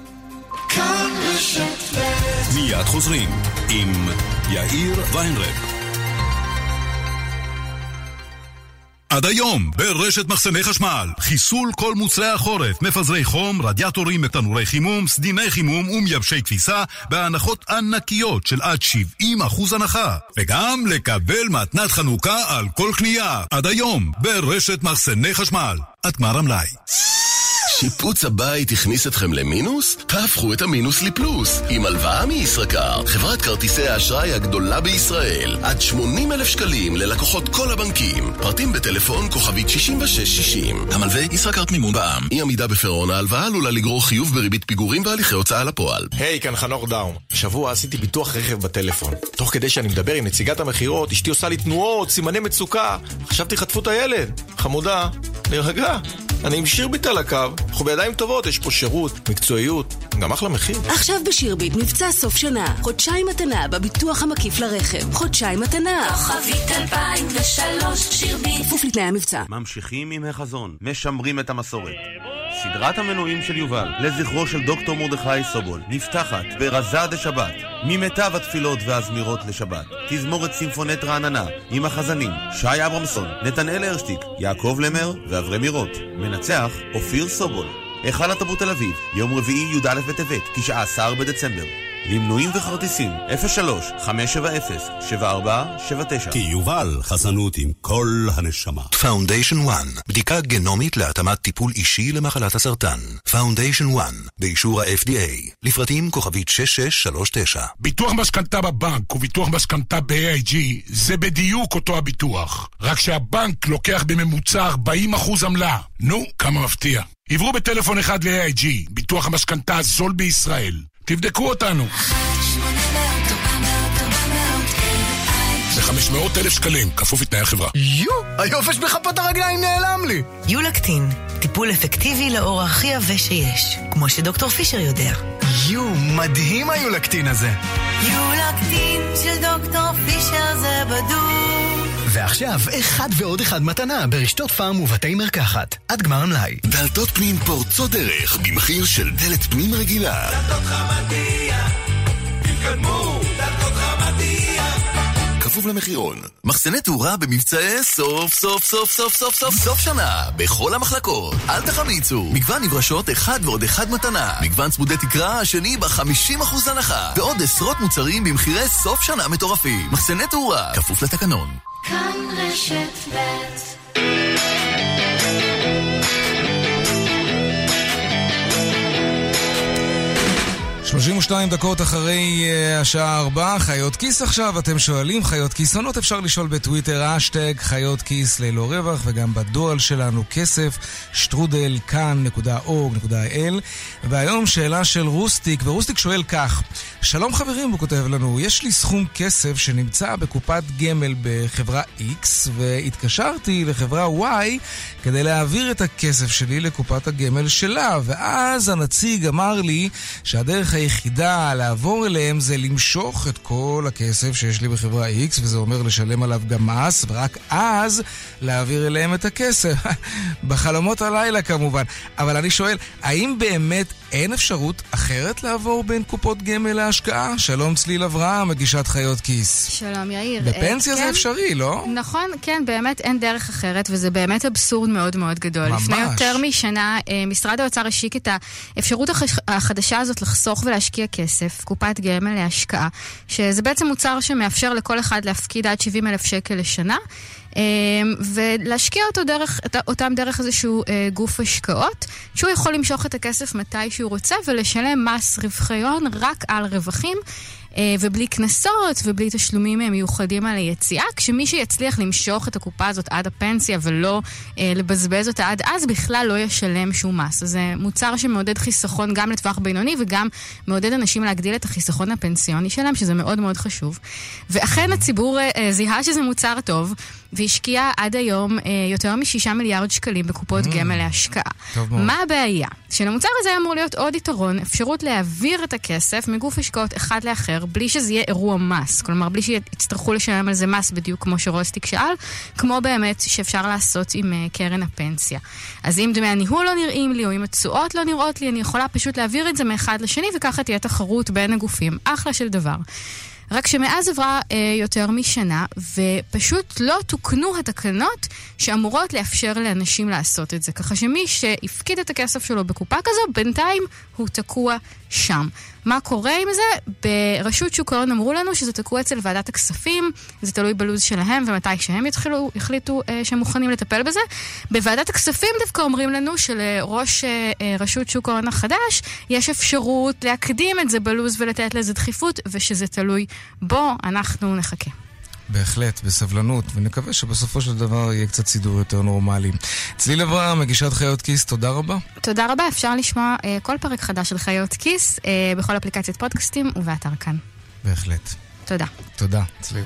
[SPEAKER 13] מיד חוזרים עם יאיר ויינרב. עד היום, ברשת מחסני חשמל, חיסול כל מוצרי החורף, מפזרי חום, רדיאטורים, תנורי חימום, סדיני חימום ומייבשי כביסה, בהנחות ענקיות של עד 70% הנחה. וגם לקבל מתנת חנוכה על כל קנייה. עד היום, ברשת מחסני חשמל. עד גמר המלאי.
[SPEAKER 14] שיפוץ הבית הכניס אתכם למינוס? תהפכו את המינוס לפלוס עם הלוואה מישראכרט, חברת כרטיסי האשראי הגדולה בישראל. עד 80,000 שקלים ללקוחות כל הבנקים. פרטים בטלפון כוכבית 6660. המלווה ישראכרט מימון בע"מ. אי עמידה בפירעון ההלוואה עלולה לגרור חיוב בריבית פיגורים והליכי הוצאה לפועל.
[SPEAKER 15] היי, כאן חנוך דאום. השבוע עשיתי ביטוח רכב בטלפון. תוך כדי שאני מדבר עם נציגת המחירות, אשתי עושה לי תנועות, סימני מצוקה. חשבתי חטפו את הילד. חמודה, להירגע. אני עם שירביט על הקו. אנחנו בידיים טובות, יש פה שירות, מקצועיות, גם אחלה מחיר.
[SPEAKER 16] עכשיו בשירביט מבצע סוף שנה. חודשיים מתנה בביטוח המקיף לרכב. חודשיים מתנה.
[SPEAKER 2] כוכבית 2003 שירביט.
[SPEAKER 16] כפוף לתנאי המבצע.
[SPEAKER 17] ממשיכים עם החזון, משמרים את המסורת. סדרת המנויים של יובל לזכרו של דוקטור מרדכי סובול נפתחת ברזה דשבת, ממיטב התפילות והזמירות לשבת. תזמורת סימפונט רעננה עם החזנים שי אברמסון, נתנאל הרשטיק, יעקב למר ואברי מירות. מנצח אופיר סובול. היכל התרבות תל אביב, יום רביעי י"א בטבת, 19 בדצמבר. למנויים וכרטיסים 03-570-7479.
[SPEAKER 13] כי יובל, חזנות עם כל הנשמה. פאונדיישן 1, בדיקה גנומית להתאמת טיפול אישי למחלת הסרטן. פאונדיישן 1, באישור ה-FDA. לפרטים כוכבית 6639.
[SPEAKER 18] ביטוח משכנתה בבנק וביטוח משכנתה ב-AIG זה בדיוק אותו הביטוח. רק שהבנק לוקח בממוצע 40% עמלה. נו, כמה מפתיע. עברו בטלפון אחד ל-AIG, ביטוח המשכנתה הזול בישראל. תבדקו אותנו. זה 500,000 שקלים, כפוף לתנאי החברה.
[SPEAKER 19] היופש בכפות הרגליים נעלם לי.
[SPEAKER 20] יולקטין, טיפול אפקטיבי לאור הכי יבש שיש, כמו שדוקטור פישר יודע.
[SPEAKER 19] מדהים היולקטין הזה.
[SPEAKER 20] יולקטין של דוקטור פישר זה בדוק.
[SPEAKER 19] ועכשיו, אחד ועוד אחד מתנה ברשתות פארם ובתי מרקחת. עד גמר המלאי.
[SPEAKER 14] דלתות פנים פורצות דרך במחיר של דלת פנים רגילה.
[SPEAKER 2] דלתות חמדיה, תתקדמו, דלתות חמדיה.
[SPEAKER 14] כפוף למחירון. מחסני תאורה במבצעי סוף שנה בכל המחלקות. אל תחמיצו. מגוון נברשות אחד ועוד אחד מתנה. מגוון צמודי תקרה השני ב-50% הנחה. ועוד עשרות מוצרים במחירי סוף שנה מטורפים. מחסני תאורה, כפוף לתקנון.
[SPEAKER 2] כאן רשת ב'
[SPEAKER 3] 32 דקות אחרי השעה 4, חיות כיס עכשיו, אתם שואלים חיות כיס עונות, אפשר לשאול בטוויטר, השטג חיות כיס ללא רווח, וגם בדואל שלנו כסף, שטרודל.כאן.org.il. והיום שאלה של רוסטיק, ורוסטיק שואל כך: שלום חברים, הוא כותב לנו, יש לי סכום כסף שנמצא בקופת גמל בחברה X, והתקשרתי לחברה Y כדי להעביר את הכסף שלי לקופת הגמל שלה, ואז הנציג אמר לי שהדרך היחידה לעבור אליהם זה למשוך את כל הכסף שיש לי בחברה X, וזה אומר לשלם עליו גם מס, ורק אז להעביר אליהם את הכסף. בחלומות הלילה כמובן. אבל אני שואל, האם באמת אין אפשרות אחרת לעבור בין קופות גמל להשקעה? שלום צליל אברהם, מגישת חיות כיס.
[SPEAKER 4] שלום יאיר.
[SPEAKER 3] בפנסיה זה אפשרי, לא?
[SPEAKER 4] נכון, כן, באמת אין דרך אחרת, וזה באמת אבסורד מאוד מאוד גדול.
[SPEAKER 3] ממש.
[SPEAKER 4] לפני יותר משנה, משרד האוצר השיק את האפשרות החדשה הזאת לחסוך ולהשקיע כסף, קופת גמל להשקעה, שזה בעצם מוצר שמאפשר לכל אחד להפקיד עד 70,000 שקל לשנה, ולהשקיע אותם דרך איזשהו גוף השקעות, שהוא יכול למשוך את הכסף מתי שהוא רוצה ולשלם מס רווחי הון רק על רווחים.
[SPEAKER 21] ובלי כנסות ובלי תשלומים מיוחדים על היציאה, כשמי שיצליח למשוך את הקופה הזאת עד הפנסיה ולא לבזבז אותה עד אז, בכלל לא ישלם שום מס. אז זה מוצר שמעודד חיסכון גם לטווח בינוני, וגם מעודד אנשים להגדיל את החיסכון הפנסיוני שלהם, שזה מאוד מאוד חשוב. ואכן הציבור זיהה שזה מוצר טוב, והשקיע עד היום יותר מ6 מיליארד שקלים בקופות גמל להשקעה. מה הבעיה? שלמוצר הזה אמור להיות עוד יתרון, אפשרות להעביר את הכסף מגוף השקעות אחד לאחר, בלי שזה יהיה אירוע מס. כלומר, בלי שיצטרכו לשלם על זה מס בדיוק כמו שרוסטיק שאל, כמו באמת שאפשר לעשות עם קרן הפנסיה. אז אם דמי הניהול לא נראים לי, או אם התשואות לא נראות לי, אני יכולה פשוט להעביר את זה מאחד לשני, וככה תהיה תחרות בין הגופים. אחלה של דבר. רק שמאז עברה יותר משנה, ופשוט לא תוקנו התקנות שאמורות לאפשר לאנשים לעשות את זה. ככה שמי שהפקיד את הכסף שלו בקופה כזו, בינתיים הוא תקוע שם. מה קורה עם זה? ברשות שוק ההון אמרו לנו שזה תקוע אצל ועדת הכספים, זה תלוי בלוז שלהם, ומתי שהם החליטו שהם מוכנים לטפל בזה. בוועדת הכספים דווקא אומרים לנו שלראש רשות שוק ההון החדש, יש אפשרות להקדים את זה בלוז ולתת לזה דחיפות, ושזה תלוי בו, אנחנו נחכה.
[SPEAKER 3] בהחלט, בסבלנות, ונקווה שבסופו של דבר יהיה קצת סידור יותר נורמלי. צליל אברהם, מגישת חיות כיס, תודה רבה.
[SPEAKER 21] תודה רבה, אפשר לשמוע כל פרק חדש של חיות כיס בכל אפליקציית פודקאסטים ובאתר כאן.
[SPEAKER 3] בהחלט.
[SPEAKER 21] תודה.
[SPEAKER 3] תודה, צליל.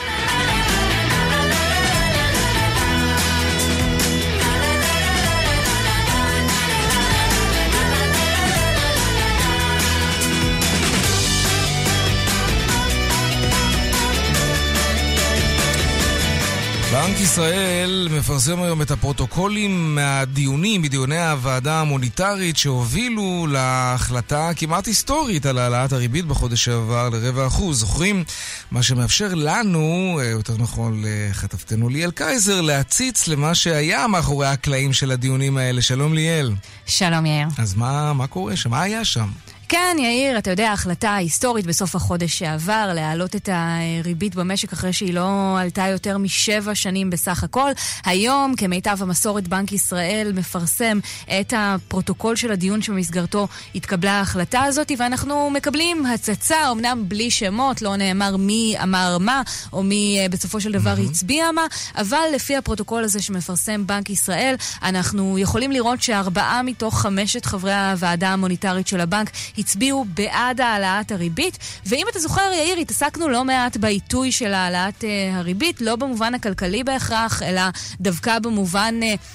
[SPEAKER 3] בנק ישראל מפרסם היום את הפרוטוקולים מדיוני הוועדה המוניטרית שהובילו להחלטה כמעט היסטורית על העלאת הריבית בחודש שעבר ל0.25%. זוכרים? מה שמאפשר לנו, יותר נכון לכתבתנו ליאל קייזר, להציץ למה שהיה מאחורי הקלעים של הדיונים האלה. שלום ליאל.
[SPEAKER 21] שלום יאיר.
[SPEAKER 3] אז מה קורה שם? מה היה שם?
[SPEAKER 21] כן, יאיר, אתה יודע, ההחלטה ההיסטורית בסוף החודש שעבר, להעלות את הריבית במשק אחרי שהיא לא עלתה יותר מ7 שנים בסך הכל. היום, כמיטב המסורת, בנק ישראל מפרסם את הפרוטוקול של הדיון שבמסגרתו התקבלה ההחלטה הזאת, ואנחנו מקבלים הצצה, אמנם בלי שמות, לא נאמר מי אמר מה, או מי בסופו של דבר הצביע מה, אבל לפי הפרוטוקול הזה שמפרסם בנק ישראל, אנחנו יכולים לראות ש4 מתוך 5 חברי הוועדה המוניטרית של הבנק הצביעו בעד העלאת הריבית, ואם אתה זוכר, יאיר, התעסקנו לא מעט בעיתוי של העלאת הריבית, לא במובן הכלכלי בהכרח, אלא דווקא במובן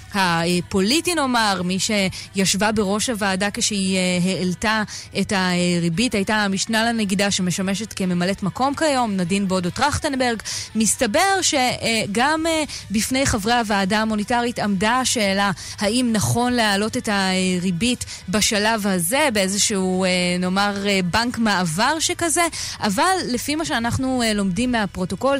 [SPEAKER 21] הפוליטי נאמר, מי שישבה בראש הוועדה כשהיא העלתה את הריבית, הייתה המשנה לנגידה שמשמשת כממלאת מקום כיום, נדין בודו טרכטנברג. מסתבר שגם בפני חברי הוועדה המוניטרית עמדה השאלה האם נכון להעלות את הריבית בשלב הזה, באיזשהו נאמר בנק מעבר שכזה, אבל לפי מה שאנחנו לומדים מהפרוטוקול,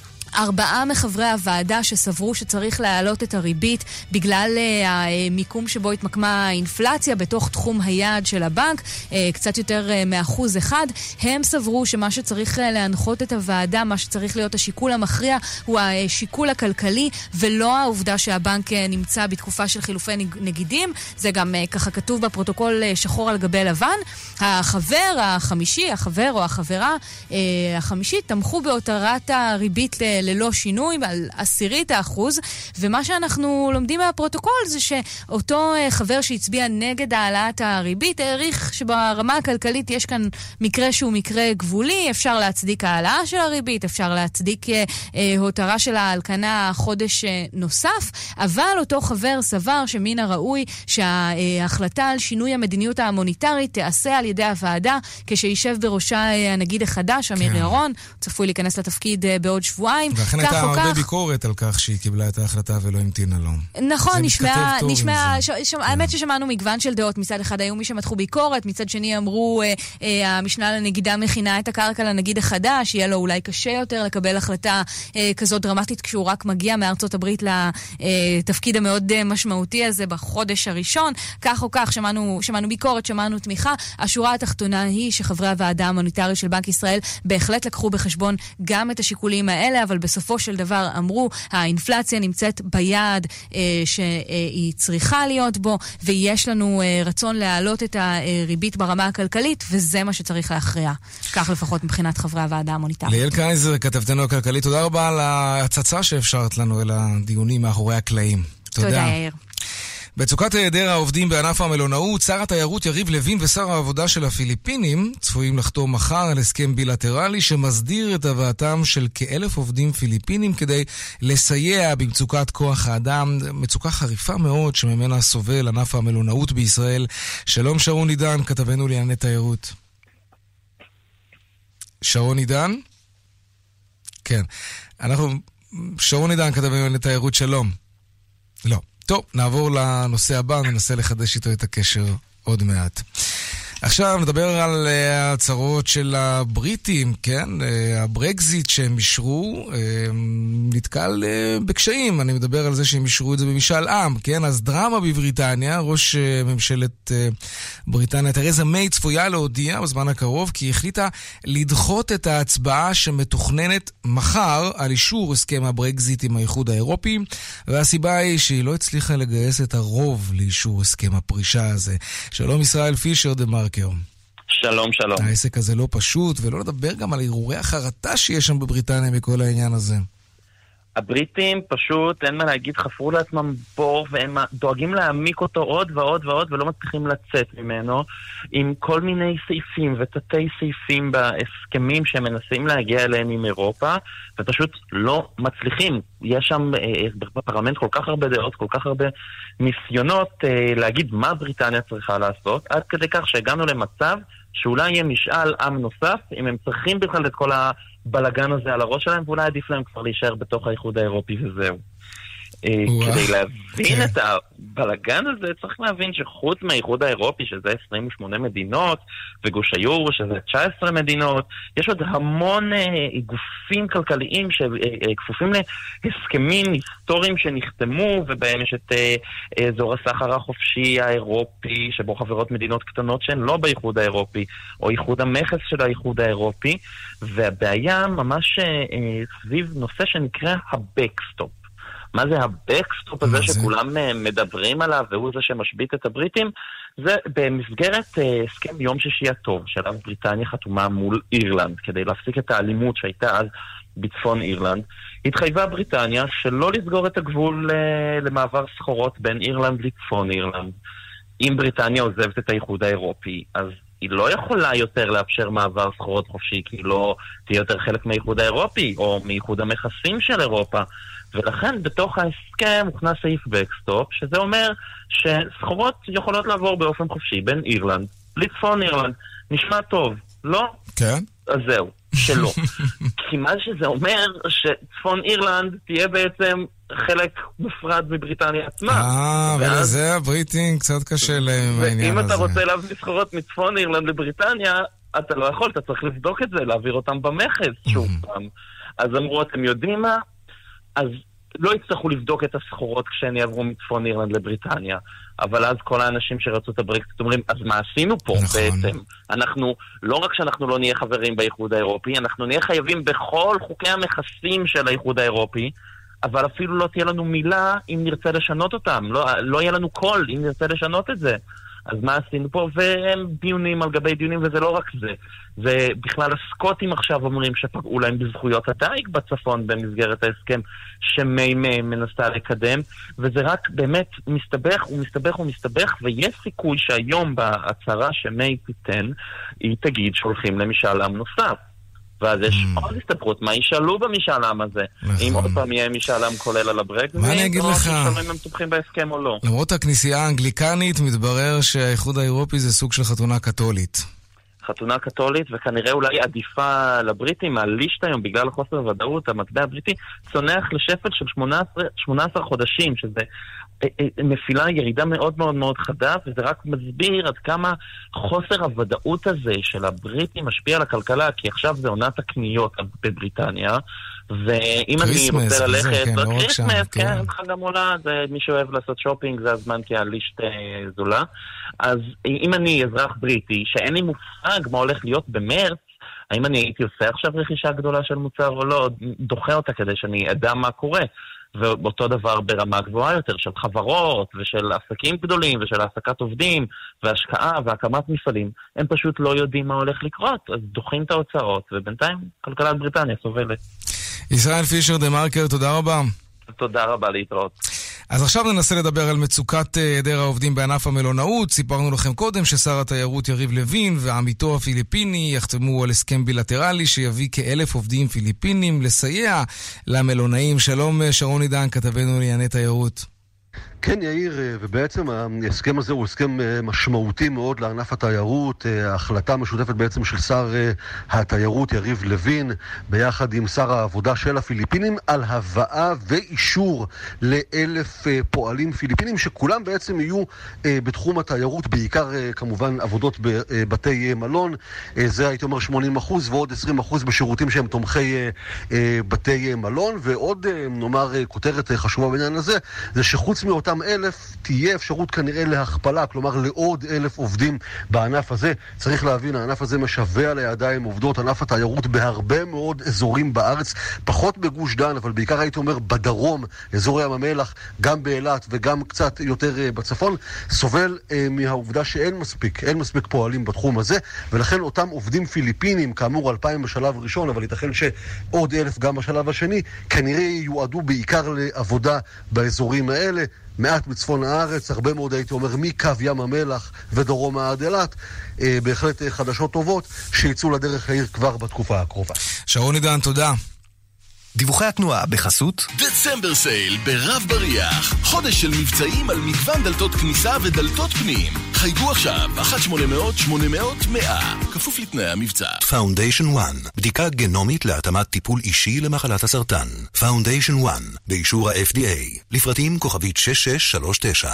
[SPEAKER 21] 4 מחברי הוועדה שסברו שצריך להעלות את הריבית בגלל המיקום שבו התמקמה האינפלציה בתוך תחום היעד של הבנק, קצת יותר מ1%, הם סברו שמה שצריך להנחות את הוועדה, מה שצריך להיות השיקול המכריע, הוא השיקול הכלכלי, ולא העובדה שהבנק נמצא בתקופה של חילופי נגידים. זה גם ככה כתוב בפרוטוקול שחור על גבי לבן. החבר החמישי, החבר או החברה החמישית, תמכו בהותרת הריבית ללא שינוי, על 0.1%, ומה שאנחנו לומדים מהפרוטוקול זה שאותו חבר שהצביע נגד העלאת הריבית, העריך שברמה הכלכלית יש כאן מקרה שהוא מקרה גבולי, אפשר להצדיק העלאה של הריבית, אפשר להצדיק הותרה של ההלקנה חודש נוסף, אבל אותו חבר סבר שמן הראוי שההחלטה על שינוי המדיניות המוניטרית תעשה על ידי הוועדה, כשישב בראשה הנגיד החדש, אמיר ירון, צפוי להיכנס לתפקיד בעוד שבועיים.
[SPEAKER 3] ולכן הייתה הרבה ביקורת על כך שהיא קיבלה את ההחלטה ולא המתינה לו.
[SPEAKER 21] נכון, נשמע, האמת ששמענו מגוון של דעות. מצד אחד היו מי שמתחו ביקורת, מצד שני אמרו, המשנה לנגידה מכינה את הקרקע לנגיד החדש, יהיה לו אולי קשה יותר לקבל החלטה כזאת דרמטית כשהוא רק מגיע מארצות הברית לתפקיד המאוד משמעותי הזה בחודש הראשון. כך או כך, שמענו ביקורת, שמענו תמיכה. השורה התחתונה היא שחברי הוועדה המוניטרית של בנק ישראל בהחלט לקחו בחשבון גם את השיקולים האלה, אבל אבל בסופו של דבר אמרו, האינפלציה נמצאת ביעד שהיא צריכה להיות בו, ויש לנו רצון להעלות את הריבית ברמה הכלכלית, וזה מה שצריך להכריע. כך לפחות מבחינת חברי הוועדה המוניטרית.
[SPEAKER 3] ליאל קייזר, כתבתנו הכלכלית, תודה רבה על ההצצה שאפשרת לנו אל הדיונים מאחורי הקלעים.
[SPEAKER 21] תודה, יאיר.
[SPEAKER 3] בצוקת היעדר העובדים בענף המלונאות, שר התיירות יריב לוין ושר העבודה של הפיליפינים צפויים לחתום מחר על הסכם בילטרלי שמסדיר את הבאתם של כ1,000 עובדים פיליפינים כדי לסייע במצוקת כוח האדם, מצוקה חריפה מאוד שממנה סובל ענף המלונאות בישראל. שלום שרון עידן, כתבנו לענייני תיירות. שרון עידן? כן. שרון עידן, כתבנו לענייני תיירות, שלום. לא. טוב, נעבור לנושא הבא, ננסה לחדש איתו את הקשר עוד מעט. עכשיו נדבר על ההצהרות של הבריטים, כן? הברקזיט שהם אישרו נתקל בקשיים. אני מדבר על זה שהם אישרו את זה במשאל עם, כן? אז דרמה בבריטניה, ראש ממשלת בריטניה תרזה מיי צפויה להודיע בזמן הקרוב כי היא החליטה לדחות את ההצבעה שמתוכננת מחר על אישור הסכם הברקזיט עם האיחוד האירופי, והסיבה היא שהיא לא הצליחה לגייס את הרוב לאישור הסכם הפרישה הזה. שלום ישראל פישר דמרקר.
[SPEAKER 1] שלום, שלום.
[SPEAKER 3] העסק הזה לא פשוט, ולא לדבר גם על ערעורי החרטה שיש שם בבריטניה מכל העניין הזה.
[SPEAKER 1] הבריטים פשוט, אין מה להגיד, חפרו לעצמם בור, והם דואגים להעמיק אותו עוד ועוד ועוד, ולא מצליחים לצאת ממנו, עם כל מיני סעיפים ותתי סעיפים בהסכמים שהם מנסים להגיע אליהם עם אירופה, ופשוט לא מצליחים. יש שם בפרלמנט כל כך הרבה דעות, כל כך הרבה ניסיונות להגיד מה בריטניה צריכה לעשות, עד כדי כך שהגענו למצב שאולי יהיה משאל עם נוסף, אם הם צריכים בכלל את כל הבלגן הזה על הראש שלהם, ואולי עדיף להם כבר להישאר בתוך האיחוד האירופי וזהו. כדי להבין את הבלגן הזה, צריך להבין שחוץ מהאיחוד האירופי, שזה 28 מדינות, וגוש היורו, שזה 19 מדינות, יש עוד המון גופים כלכליים שכפופים להסכמים היסטוריים שנחתמו, ובהם יש את אזור הסחר החופשי האירופי, שבו חברות מדינות קטנות שהן לא באיחוד האירופי, או איחוד המכס של האיחוד האירופי, והבעיה ממש סביב נושא שנקרא הבקסטופ. מה זה הבקסטופ הזה שכולם מדברים עליו, והוא זה שמשבית את הבריטים? זה במסגרת הסכם יום שישי הטוב, שעליו בריטניה חתומה מול אירלנד, כדי להפסיק את האלימות שהייתה אז בצפון אירלנד. התחייבה בריטניה שלא לסגור את הגבול למעבר סחורות בין אירלנד לצפון אירלנד. אם בריטניה עוזבת את האיחוד האירופי, אז היא לא יכולה יותר לאפשר מעבר סחורות חופשי, כי היא לא תהיה יותר חלק מהאיחוד האירופי, או מאיחוד המכסים של אירופה. ולכן בתוך ההסכם הוכנס סעיף בקסטופ, שזה אומר שסחורות יכולות לעבור באופן חופשי בין אירלנד לצפון אירלנד. נשמע טוב, לא? כן. אז זהו, שלא. כי מה שזה אומר שצפון אירלנד תהיה בעצם חלק מופרד מבריטניה עצמה.
[SPEAKER 3] ולזה הבריטים קצת קשה להם העניין הזה.
[SPEAKER 1] ואם אתה רוצה להביא סחורות מצפון אירלנד לבריטניה, אתה לא יכול, אתה צריך לבדוק את זה, להעביר אותם במכס שוב פעם. אז אמרו, אתם יודעים מה? אז לא יצטרכו לבדוק את הסחורות כשהם יעברו מצפון אירלנד לבריטניה. אבל אז כל האנשים שרצו את הברקזיט אומרים, אז מה עשינו פה בעצם? אנחנו, לא רק שאנחנו לא נהיה חברים באיחוד האירופי, אנחנו נהיה חייבים בכל חוקי המכסים של האיחוד האירופי, אבל אפילו לא תהיה לנו מילה אם נרצה לשנות אותם. לא יהיה לנו קול אם נרצה לשנות את זה. אז מה עשינו פה? והם דיונים על גבי דיונים, וזה לא רק זה. זה בכלל הסקוטים עכשיו אומרים שפגעו להם בזכויות הדייג בצפון במסגרת ההסכם שמי מנסה לקדם, וזה רק באמת מסתבך ומסתבך ומסתבך, ויש סיכוי שהיום בהצהרה שמי תיתן, היא תגיד שהולכים למשאל עם נוסף. ואז יש עוד הסתברות, מה ישאלו במשאל עם הזה? אם עוד פעם יהיה משאל עם כולל על הברקזיט,
[SPEAKER 3] מה אני אגיד לך?
[SPEAKER 1] אם הם תומכים בהסכם או לא.
[SPEAKER 3] למרות הכנסייה האנגליקנית, מתברר שהאיחוד האירופי זה סוג של חתונה קתולית.
[SPEAKER 1] חתונה קתולית, וכנראה אולי עדיפה לבריטים, הלישט היום, בגלל חוסר ודאות, המטבע הבריטי צונח לשפל של 18 חודשים, שזה נפילה, ירידה מאוד מאוד מאוד חדה, וזה רק מסביר עד כמה חוסר הוודאות הזה של הבריטים משפיע על הכלכלה, כי עכשיו זה עונת הקניות בבריטניה, ואם אני רוצה ללכת לקריסמס, כן, חג המולד, מי שאוהב לעשות שופינג, זה הזמן כי הלישט זולה. אז אם אני אזרח בריטי, שאין לי מושג מה הולך להיות במרץ, האם אני הייתי עושה עכשיו רכישה גדולה של מוצר או לא, דוחה אותה כדי שאני אדע מה קורה. ואותו דבר ברמה גבוהה יותר של חברות ושל עסקים גדולים ושל העסקת עובדים והשקעה והקמת מפעלים, הם פשוט לא יודעים מה הולך לקרות, אז דוחים את ההוצאות, ובינתיים כלכלת בריטניה סובלת.
[SPEAKER 3] ישראל פישר דה מרקר, תודה רבה.
[SPEAKER 1] תודה רבה, להתראות.
[SPEAKER 3] אז עכשיו ננסה לדבר על מצוקת היעדר העובדים בענף המלונאות. סיפרנו לכם קודם ששר התיירות יריב לוין ועמיתו הפיליפיני יחתמו על הסכם בילטרלי שיביא כ1,000 עובדים פיליפינים לסייע למלונאים. שלום שרון עידן, כתבנו לענייני תיירות.
[SPEAKER 5] כן יאיר, ובעצם ההסכם הזה הוא הסכם משמעותי מאוד לענף התיירות, ההחלטה משותפת בעצם של שר התיירות יריב לוין ביחד עם שר העבודה של הפיליפינים על הבאה ואישור ל1,000 פועלים פיליפינים שכולם בעצם יהיו בתחום התיירות, בעיקר כמובן עבודות בבתי מלון, זה הייתי אומר 80% ועוד 20% בשירותים שהם תומכי בתי מלון. ועוד נאמר כותרת חשובה בעניין הזה, זה שחוץ מאותם 1,000 תהיה אפשרות כנראה להכפלה, כלומר לעוד 1,000 עובדים בענף הזה. צריך להבין, הענף הזה משווע לידיים עובדות, ענף התיירות בהרבה מאוד אזורים בארץ, פחות בגוש דן, אבל בעיקר הייתי אומר בדרום, אזורי ים המלח, גם באילת וגם קצת יותר בצפון, סובל מהעובדה שאין מספיק פועלים בתחום הזה, ולכן אותם עובדים פיליפינים, כאמור 2,000 בשלב ראשון, אבל ייתכן שעוד 1,000 גם בשלב השני, כנראה יועדו בעיקר לעבודה באזורים האלה, מעט בצפון הארץ, הרבה מאוד הייתי אומר מקו ים המלח ודרום עד אילת, בהחלט חדשות טובות שיצאו לדרך העיר כבר בתקופה הקרובה.
[SPEAKER 3] שרון עידן, תודה.
[SPEAKER 19] דיווחי התנועה בחסות
[SPEAKER 14] דצמבר סייל ברב בריח, חודש של מבצעים על מגוון דלתות כניסה ודלתות פנים. חייגו עכשיו 1-800-800-100 כפוף לתנאי המבצע.
[SPEAKER 22] פאונדיישן 1, בדיקה גנומית להתאמת טיפול אישי למחלת הסרטן. פאונדיישן 1, באישור ה-FDA, לפרטים כוכבית 6639.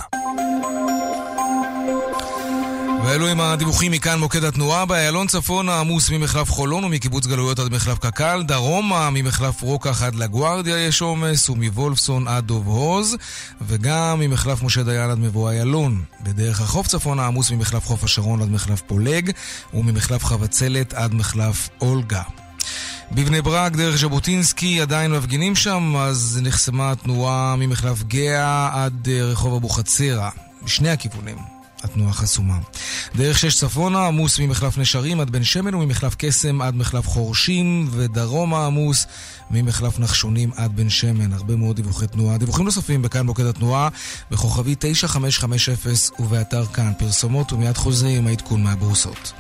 [SPEAKER 3] ואלו עם הדיווחים מכאן מוקד התנועה. באיילון צפון העמוס ממחלף חולון ומקיבוץ גלויות עד מחלף קקל, דרומה ממחלף רוקח עד לגוארדיה יש עומס, ומוולפסון עד דוב הוז, וגם ממחלף משה דיין עד מבוא איילון. בדרך החוף צפון העמוס ממחלף חוף השרון עד מחלף פולג, וממחלף חבצלת עד מחלף אולגה. בבני ברק דרך ז'בוטינסקי עדיין מפגינים שם, אז נחסמה התנועה ממחלף גאה עד רחוב אבוחצירא, בשני הכיוונים התנועה חסומה. דרך 6 צפונה עמוס ממחלף נשרים עד בן שמן, וממחלף קסם עד מחלף חורשים, ודרומה עמוס ממחלף נחשונים עד בן שמן. הרבה מאוד דיווחי תנועה. דיווחים נוספים בכאן מוקד התנועה בכוכבי 9550 ובאתר כאן. פרסומות ומיד חוזרים עם העדכון מהבורסות.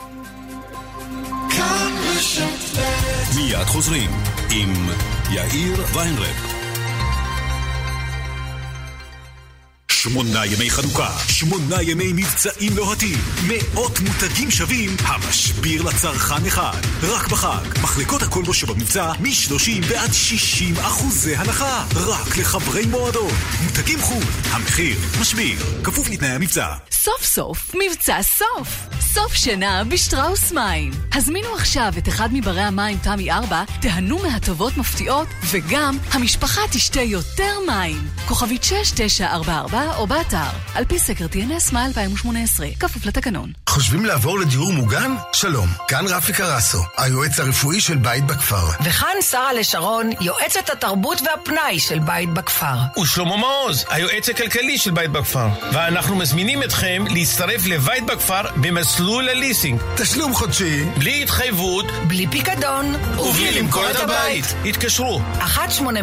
[SPEAKER 13] מיד חוזרים עם יאיר ויינרב. 8 ימי חנוכה, 8 ימי מבצעים לוהטים, מאות מותגים שווים, המשביר לצרכן אחד. רק בחג, מחלקות הכלבו שבמבצע מ-30 ועד 60% הנחה, רק לחברי מועדון. מותגים חול, המחיר משביר, כפוף לתנאי המבצע.
[SPEAKER 23] סוף סוף, מבצע סוף. סוף שנה בשטראוס מים. הזמינו עכשיו את אחד מברי המים תמי 4, תהנו מהטובות מפתיעות, וגם המשפחה תשתה יותר מים. כוכבית 6944 או באתר, על פי סקר TNS מה 2018, כפוף לתקנון.
[SPEAKER 24] חושבים לעבור לדיור מוגן? שלום, כאן רפי קרסו, היועץ הרפואי של בית בכפר.
[SPEAKER 25] וכאן שרה לשרון, יועצת התרבות והפנאי של בית בכפר.
[SPEAKER 26] ושלמה מעוז, היועץ הכלכלי של בית בכפר. ואנחנו מזמינים אתכם להצטרף לבית בכפר במסלול הליסינג.
[SPEAKER 24] תשלום חודשי,
[SPEAKER 26] בלי התחייבות,
[SPEAKER 25] בלי פיקדון,
[SPEAKER 26] ובלי למכור את הבית. התקשרו
[SPEAKER 25] 1-800-30-70-70.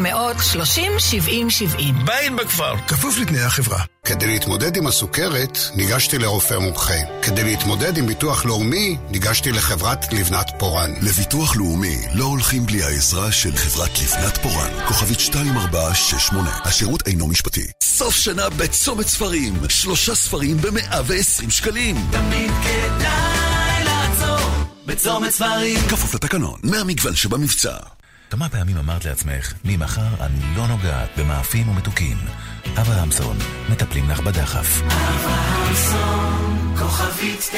[SPEAKER 26] בית בכפר,
[SPEAKER 24] כפוף לתנאי החברה.
[SPEAKER 27] כדי להתמודד עם הסוכרת, ניגשתי לרופא מומחה. כדי להתמודד עם ביטוח לאומי, ניגשתי לחברת לבנת פורן.
[SPEAKER 28] לביטוח לאומי לא הולכים בלי העזרה של חברת לבנת פורן. כוכבית 2468. השירות אינו משפטי. סוף שנה בצומת ספרים. 3 ספרים ב120 שקלים.
[SPEAKER 2] תמיד כדאי לעצור בצומת ספרים.
[SPEAKER 28] כפוף לתקנון, מהמגוון שבמבצע.
[SPEAKER 29] כמה פעמים אמרת לעצמך, ממחר אני לא נוגעת במאפים ומתוקים. אברהמסון, מטפלים לך בדחף.
[SPEAKER 2] אברהמסון, כוכבית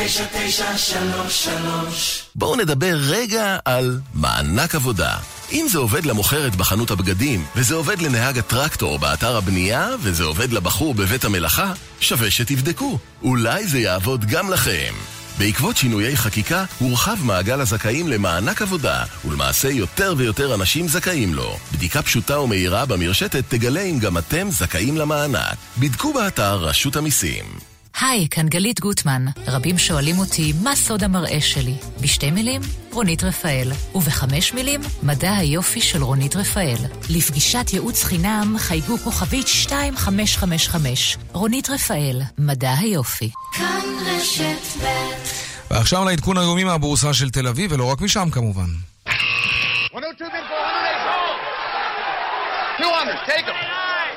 [SPEAKER 2] 9933.
[SPEAKER 14] בואו נדבר רגע על מענק עבודה. אם זה עובד למוכרת בחנות הבגדים, וזה עובד לנהג הטרקטור באתר הבנייה, וזה עובד לבחור בבית המלאכה, שווה שתבדקו. אולי זה יעבוד גם לכם. בעקבות שינויי חקיקה הורחב מעגל הזכאים למענק עבודה, ולמעשה יותר ויותר אנשים זכאים לו. בדיקה פשוטה ומהירה במרשתת תגלה אם גם אתם זכאים למענק. בדקו באתר רשות המיסים.
[SPEAKER 6] היי, כאן גלית גוטמן. רבים שואלים אותי מה סוד המראה שלי. בשתי מילים, רונית רפאל. ובחמש מילים, מדע היופי של רונית רפאל. לפגישת ייעוץ חינם חייגו כוכבית 2555. רונית רפאל, מדע היופי.
[SPEAKER 2] כאן רשת ב'.
[SPEAKER 3] ועכשיו לעדכון היומי מהבורסה של תל אביב, ולא רק משם כמובן.
[SPEAKER 7] 102 bid for 100, 200, take them.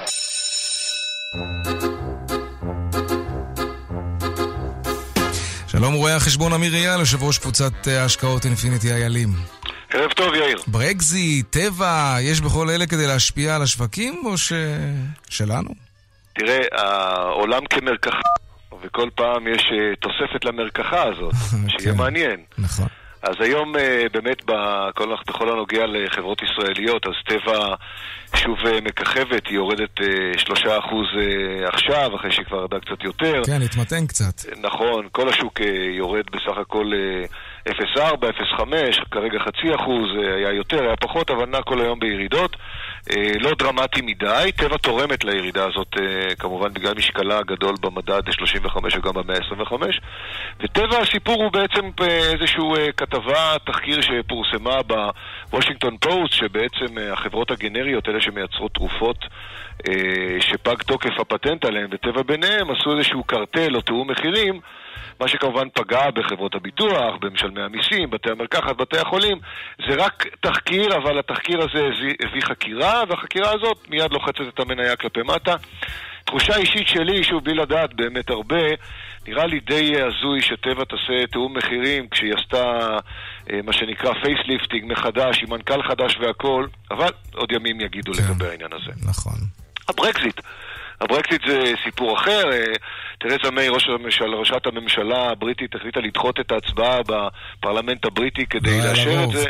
[SPEAKER 3] שלום רואה החשבון אמיר אייל, יושב ראש קבוצת ההשקעות אינפיניטי איילים.
[SPEAKER 8] ערב טוב יאיר.
[SPEAKER 3] ברקזיט, טבע, יש בכל אלה כדי להשפיע על השווקים או שלנו?
[SPEAKER 8] תראה, העולם כמרקחה, וכל פעם יש תוספת למרקחה הזאת, שיהיה מעניין.
[SPEAKER 3] נכון.
[SPEAKER 8] אז היום באמת בכל הנוגע לחברות ישראליות, אז טבע שוב מככבת, היא יורדת 3% עכשיו, אחרי שכבר ירדה קצת יותר.
[SPEAKER 3] כן, התמתן קצת.
[SPEAKER 8] נכון, כל השוק יורד בסך הכל 0.4, 0.5, כרגע 0.5%, היה יותר, היה פחות, אבל נע כל היום בירידות. לא דרמטי מדי, טבע תורמת לירידה הזאת, כמובן בגלל משקלה הגדול במדד 35 וגם ב-125. וטבע הסיפור הוא בעצם איזשהו כתבה, תחקיר שפורסמה בוושינגטון פוסט, שבעצם החברות הגנריות, אלה שמייצרות תרופות שפג תוקף הפטנט עליהם, וטבע ביניהם עשו איזשהו קרטל או תיאום מחירים, מה שכמובן פגע בחברות הביטוח, במשלמי המיסים, בתי המרקחת, בתי החולים. זה רק תחקיר, אבל התחקיר הזה הביא חקירה, והחקירה הזאת מיד לוחצת את המניה כלפי מטה. תחושה אישית שלי, שוב בלי לדעת באמת הרבה, נראה לי די הזוי שטבע תעשה תיאום מחירים כשהיא עשתה מה שנקרא פייסליפטינג מחדש, עם מנכ"ל חדש והכל, אבל עוד ימים יגידו לגבי העניין הזה.
[SPEAKER 3] נכון.
[SPEAKER 8] הברקזיט זה סיפור אחר. תרזה מיי, ראשת הממשלה הבריטית, החליטה לדחות את ההצבעה בפרלמנט הבריטי כדי לאשר את זה.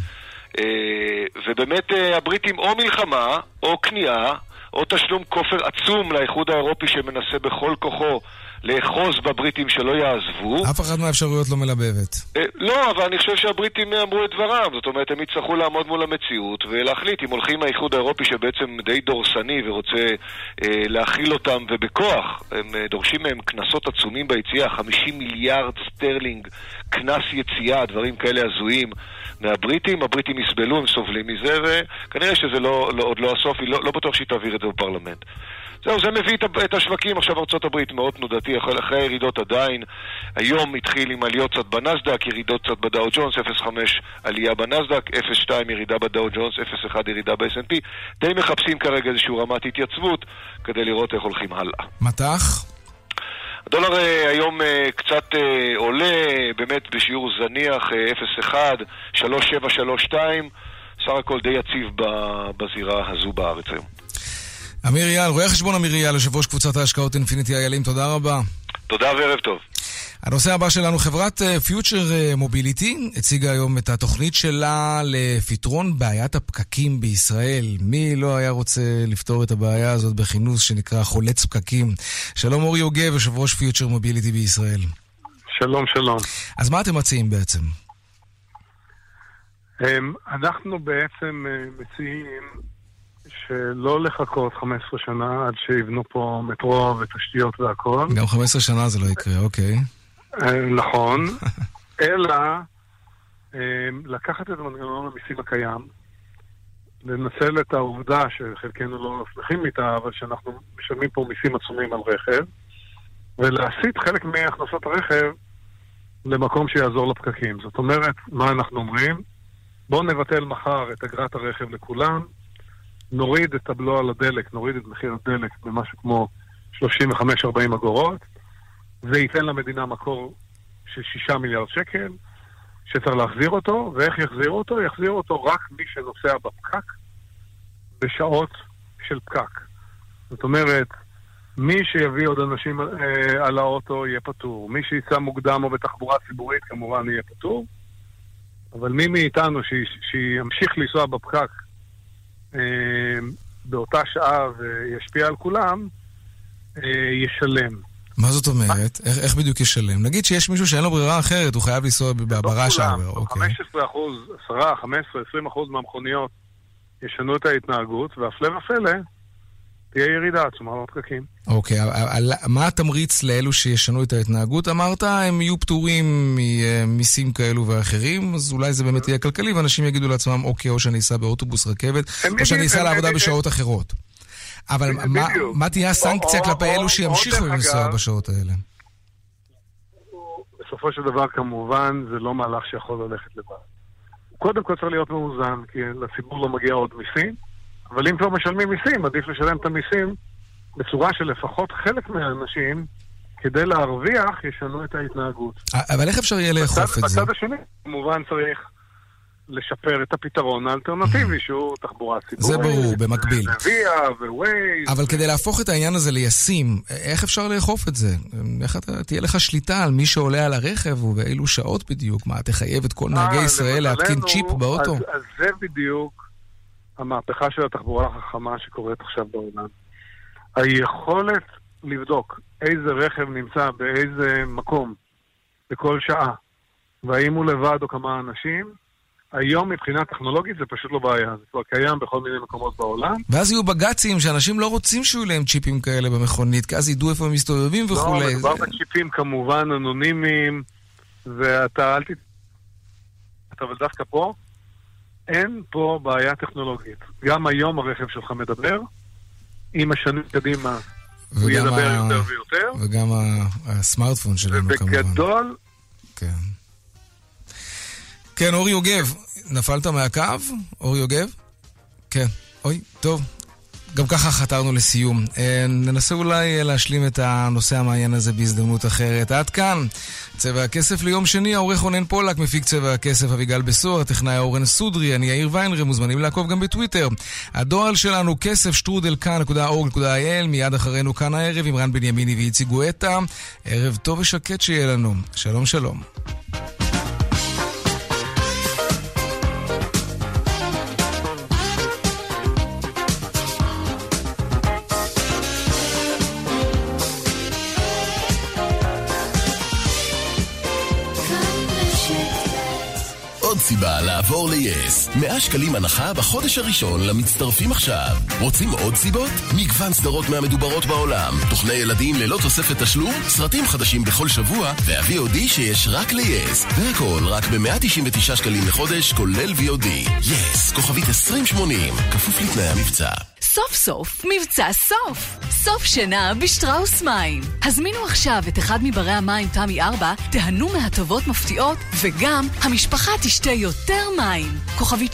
[SPEAKER 8] ובאמת הבריטים או מלחמה, או כניעה, או תשלום כופר עצום לאיחוד האירופי שמנסה בכל כוחו לאחוז בבריטים שלא יעזבו.
[SPEAKER 3] אף אחד מהאפשרויות לא מלבבת.
[SPEAKER 8] לא, אבל אני חושב שהבריטים אמרו את דברם. זאת אומרת, הם יצטרכו לעמוד מול המציאות ולהחליט אם הולכים מהאיחוד האירופי שבעצם די דורסני ורוצה להכיל אותם ובכוח. הם דורשים מהם כנסות עצומים ביציאה, 50 מיליארד סטרלינג, כנס יציאה, דברים כאלה הזויים מהבריטים. הבריטים יסבלו, הם סובלים מזה, וכנראה שזה עוד לא הסוף, לא בטוח שהיא תעביר את זה בפרלמנט. זהו, זה מביא את השווקים. עכשיו ארצות הברית מאוד תנודתי, אחרי הירידות עדיין. היום התחיל עם עליות קצת בנסדק, ירידות קצת בדאו ג'ונס, 0.5 עלייה בנסדק, 0.2 ירידה בדאו ג'ונס, 0.1 ירידה ב-S&P. די מחפשים כרגע איזשהו רמת התייצבות כדי לראות איך הולכים הלאה.
[SPEAKER 3] מתח?
[SPEAKER 8] הדולר היום קצת עולה, באמת בשיעור זניח, 0.1, 3.732, סך הכל די יציב בזירה הזו בארץ היום.
[SPEAKER 3] אמיר אייל, רואה חשבון אמיר אייל, יושב ראש קבוצת ההשקעות אינפיניטי איילים, תודה רבה.
[SPEAKER 8] תודה וערב טוב.
[SPEAKER 3] הנושא הבא שלנו, חברת פיוטר מוביליטי הציגה היום את התוכנית שלה לפתרון בעיית הפקקים בישראל. מי לא היה רוצה לפתור את הבעיה הזאת בכינוס שנקרא חולץ פקקים? שלום אורי יוגב, יושב ראש פיוטר מוביליטי בישראל.
[SPEAKER 9] שלום, שלום.
[SPEAKER 3] אז מה אתם מציעים בעצם?
[SPEAKER 9] אנחנו בעצם מציעים שלא לחכות 15 שנה עד שיבנו פה מטרו ותשתיות והכל.
[SPEAKER 3] גם 15 שנה זה לא יקרה, אוקיי.
[SPEAKER 9] נכון. אלא לקחת את המנגנון המיסים הקיים, לנצל את העובדה שחלקנו לא שמחים איתה, אבל שאנחנו משלמים פה מיסים עצומים על רכב, ולהסיט חלק מהכנסות הרכב למקום שיעזור לפקקים. זאת אומרת, מה אנחנו אומרים? בואו נבטל מחר את אגרת הרכב לכולם, נוריד את הבלו על הדלק, נוריד את מחיר הדלק במשהו כמו 35-40 אגורות, זה ייתן למדינה מקור של 6 מיליארד שקל, שצריך להחזיר אותו, ואיך יחזיר אותו? יחזיר אותו רק מי שנוסע בפקק, בשעות של פקק. זאת אומרת, מי שיביא עוד אנשים על האוטו יהיה פטור, מי שיצא מוקדם או בתחבורה ציבורית כמובן יהיה פטור, אבל מי מאיתנו שימשיך לנסוע בפקק באותה שעה וישפיע על כולם, ישלם.
[SPEAKER 3] מה זאת אומרת? איך בדיוק ישלם? נגיד שיש מישהו שאין לו ברירה אחרת, הוא חייב לנסוע ברעש האובר.
[SPEAKER 9] 15%, 10, 15, 20% מהמכוניות ישנו את ההתנהגות, והפלא ופלא תהיה ירידה עצומה בפקקים.
[SPEAKER 3] אוקיי, מה התמריץ לאלו שישנו את ההתנהגות? אמרת, הם יהיו פטורים ממיסים כאלו ואחרים, אז אולי זה באמת יהיה כלכלי, ואנשים יגידו לעצמם, אוקיי, או שאני אסע באוטובוס רכבת, או שאני אסע לעבודה בשעות אחרות. אבל מה תהיה הסנקציה כלפי אלו שימשיכו לנסוע בשעות האלה?
[SPEAKER 9] בסופו של דבר, כמובן, זה לא מהלך שיכול ללכת לבד. קודם כל צריך להיות מאוזן, כי לציבור לא מגיע עוד מיסים, אבל אם כבר משלמים מיסים, עדיף לשלם את המיסים בצורה שלפחות חלק מהאנשים, כדי להרוויח, ישנו את ההתנהגות.
[SPEAKER 3] אבל איך אפשר יהיה לאכוף את זה?
[SPEAKER 9] בצד השני, כמובן צריך לשפר את הפתרון האלטרנטיבי, שהוא תחבורה ציבורית.
[SPEAKER 3] זה ברור, במקביל.
[SPEAKER 9] ויה ווייז.
[SPEAKER 3] אבל כדי להפוך את העניין הזה לישים, איך אפשר לאכוף את זה? איך תהיה לך שליטה על מי שעולה על הרכב ובאילו שעות בדיוק? מה, תחייב את כל נהגי ישראל להתקין צ'יפ באוטו?
[SPEAKER 9] אז זה בדיוק המהפכה של התחבורה החכמה שקורית עכשיו בעולם. היכולת לבדוק איזה רכב נמצא באיזה מקום בכל שעה, והאם הוא לבד או כמה אנשים, היום מבחינה טכנולוגית זה פשוט לא בעיה, זה כבר קיים בכל מיני מקומות בעולם.
[SPEAKER 3] ואז יהיו בגצים שאנשים לא רוצים שיהיו להם צ'יפים כאלה במכונית, כי אז ידעו איפה הם מסתובבים וכו'.
[SPEAKER 9] לא, מדובר בצ'יפים כמובן אנונימיים, ואתה אבל דווקא פה, אין פה בעיה טכנולוגית. גם היום הרכב שלך מדבר, עם השנים קדימה הוא ידבר יותר ויותר.
[SPEAKER 3] וגם הסמארטפון שלנו כמובן.
[SPEAKER 9] ובגדול...
[SPEAKER 3] כן. כן, אורי יוגב, נפלת מהקו? אורי יוגב? כן. אוי, טוב. גם ככה חתרנו לסיום. ננסה אולי להשלים את הנושא המעניין הזה בהזדמנות אחרת. עד כאן. צבע הכסף ליום שני, העורך רונן פולק, מפיק צבע הכסף אביגל בסור, הטכנאי אורן סודרי, אני יאיר ויינרי, מוזמנים לעקוב גם בטוויטר. הדואל שלנו כסף@kan.org.il, מיד אחרינו כאן הערב עם רן בנימיני ואיציק גואטה. ערב טוב ושקט שיהיה לנו. שלום שלום.
[SPEAKER 14] סיבה לעבור ל-yes. 100 שקלים הנחה בחודש הראשון למצטרפים עכשיו. רוצים עוד סיבות? מגוון סדרות מהמדוברות בעולם. תוכני ילדים ללא תוספת תשלום, סרטים חדשים בכל שבוע, וה-VOD שיש רק ל-yes. והכל רק ב-199 שקלים לחודש, כולל VOD. yes, כוכבית 2080, כפוף לתנאי המבצע.
[SPEAKER 23] סוף סוף, מבצע סוף. סוף שנה בשטראוס מים. הזמינו עכשיו את אחד מברי המים תמי 4, תהנו מהטבות מפתיעות, וגם המשפחה תשתה יותר מים. כוכבית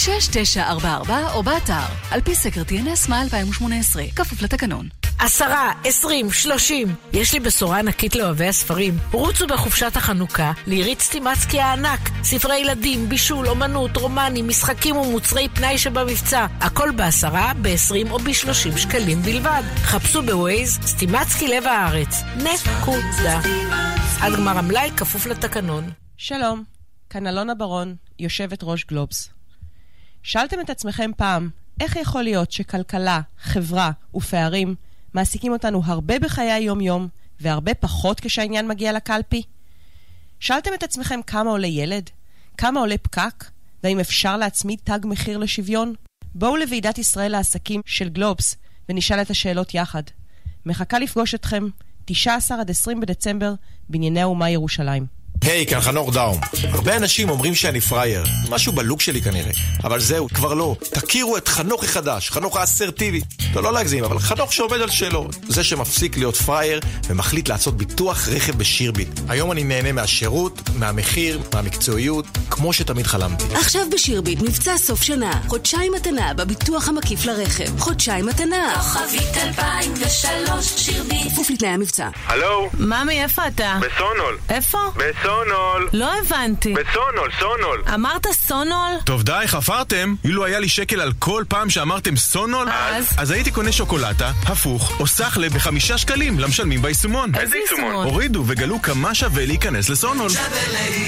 [SPEAKER 23] 6944 או באתר. על פי סקר TNS מה 2018, כפוף לתקנון.
[SPEAKER 25] 10, 20, 30. יש לי בשורה ענקית לאוהבי הספרים. רוצו בחופשת החנוכה לעירית סטימצקי הענק. ספרי ילדים, בישול, אומנות, רומנים, משחקים ומוצרי פנאי שבמבצע. הכל ב10, ב20 או ב30 שקלים בלבד. חפשו בווייז סטימצקי לב הארץ. נקודה. עד גמר המלאי כפוף לתקנון.
[SPEAKER 4] שלום, כאן אלונה ברון, יושבת ראש גלובס. שאלתם את עצמכם פעם, איך יכול להיות שכלכלה, חברה ופערים מעסיקים אותנו הרבה בחיי היום-יום, והרבה פחות כשהעניין מגיע לקלפי? שאלתם את עצמכם כמה עולה ילד? כמה עולה פקק? והאם אפשר להצמיד תג מחיר לשוויון? בואו לוועידת ישראל לעסקים של גלובס, ונשאל את השאלות יחד. מחכה לפגוש אתכם 19 עד 20 בדצמבר, בנייני האומה ירושלים.
[SPEAKER 26] היי, כאן חנוך דאום. הרבה אנשים אומרים שאני פרייר, משהו בלוק שלי כנראה, אבל זהו, כבר לא. תכירו את חנוך החדש, חנוך האסרטיבי. לא להגזים, אבל חנוך שעובד על שלו. זה שמפסיק להיות פרייר ומחליט לעשות ביטוח רכב בשירביט. היום אני נהנה מהשירות, מהמחיר, מהמקצועיות, כמו שתמיד חלמתי.
[SPEAKER 10] עכשיו בשירביט מבצע סוף שנה. חודשיים מתנה בביטוח המקיף לרכב. חודשיים מתנה.
[SPEAKER 2] כוכבית 2003 שירביט.
[SPEAKER 10] כפוף לתנאי המבצע.
[SPEAKER 8] הלו?
[SPEAKER 4] ממי, איפה אתה?
[SPEAKER 8] בסונול.
[SPEAKER 4] איפה?
[SPEAKER 8] בסונול.
[SPEAKER 4] לא הבנתי.
[SPEAKER 8] בסונול, סונול.
[SPEAKER 4] אמרת סונול?
[SPEAKER 26] טוב די, חפרתם. אילו היה לי שקל על כל פעם שאמרתם סונול, אז הייתי קונה שוקולטה, הפוך, או סחלה ב5 שקלים למשלמים ביישומון.
[SPEAKER 8] איזה יישומון?
[SPEAKER 26] הורידו וגלו כמה שווה להיכנס לסונול.
[SPEAKER 2] שווה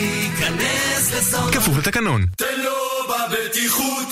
[SPEAKER 2] להיכנס לסונול.
[SPEAKER 26] כפוף לתקנון.
[SPEAKER 2] תן לו בבטיחות,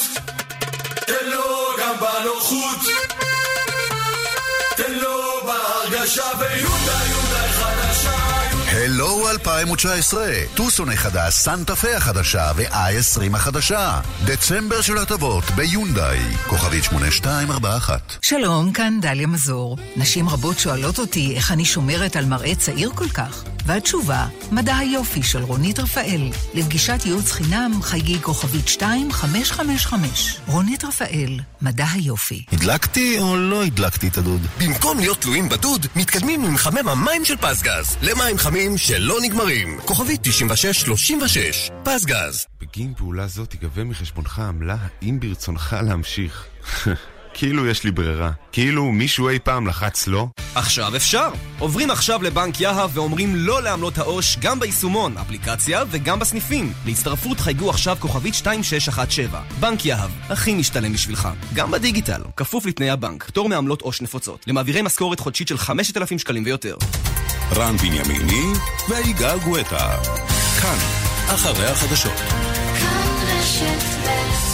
[SPEAKER 2] תן לו גם בנוחות, תן לו בהרגשה ויודה יודה אחד
[SPEAKER 28] הלו 2019, טוסון החדש, סנטה פה החדשה ו-i20 החדשה. דצמבר של הטבות ביונדאי, כוכבית 8241.
[SPEAKER 6] שלום, כאן דליה מזור. נשים רבות שואלות אותי איך אני שומרת על מראה צעיר כל כך. והתשובה, מדע היופי של רונית רפאל. לפגישת ייעוץ חינם, חייגי כוכבית 2555. רונית רפאל, מדע היופי.
[SPEAKER 28] הדלקתי או לא הדלקתי את הדוד?
[SPEAKER 14] במקום להיות תלויים בדוד, מתקדמים עם מחמם המים של פסגז. למים חמים שלא נגמרים. כוכבית 9636. פסגז.
[SPEAKER 1] בגין פעולה זו תיגבה מחשבונך עמלה האם ברצונך להמשיך. כאילו יש לי ברירה. כאילו מישהו אי פעם לחץ לא.
[SPEAKER 11] עכשיו אפשר. עוברים עכשיו לבנק יהב ואומרים לא לעמלות העו"ש גם ביישומון, אפליקציה וגם בסניפים. להצטרפות חייגו עכשיו כוכבית 2617. בנק יהב, הכי משתלם בשבילך. גם בדיגיטל, כפוף לתנאי הבנק. פטור מעמלות עו"ש נפוצות. למעבירי משכורת חודשית של 5,000 שקלים ויותר.
[SPEAKER 28] רן בנימיני ויגאל גואטה. כאן, אחרי החדשות. כאן רשת ב'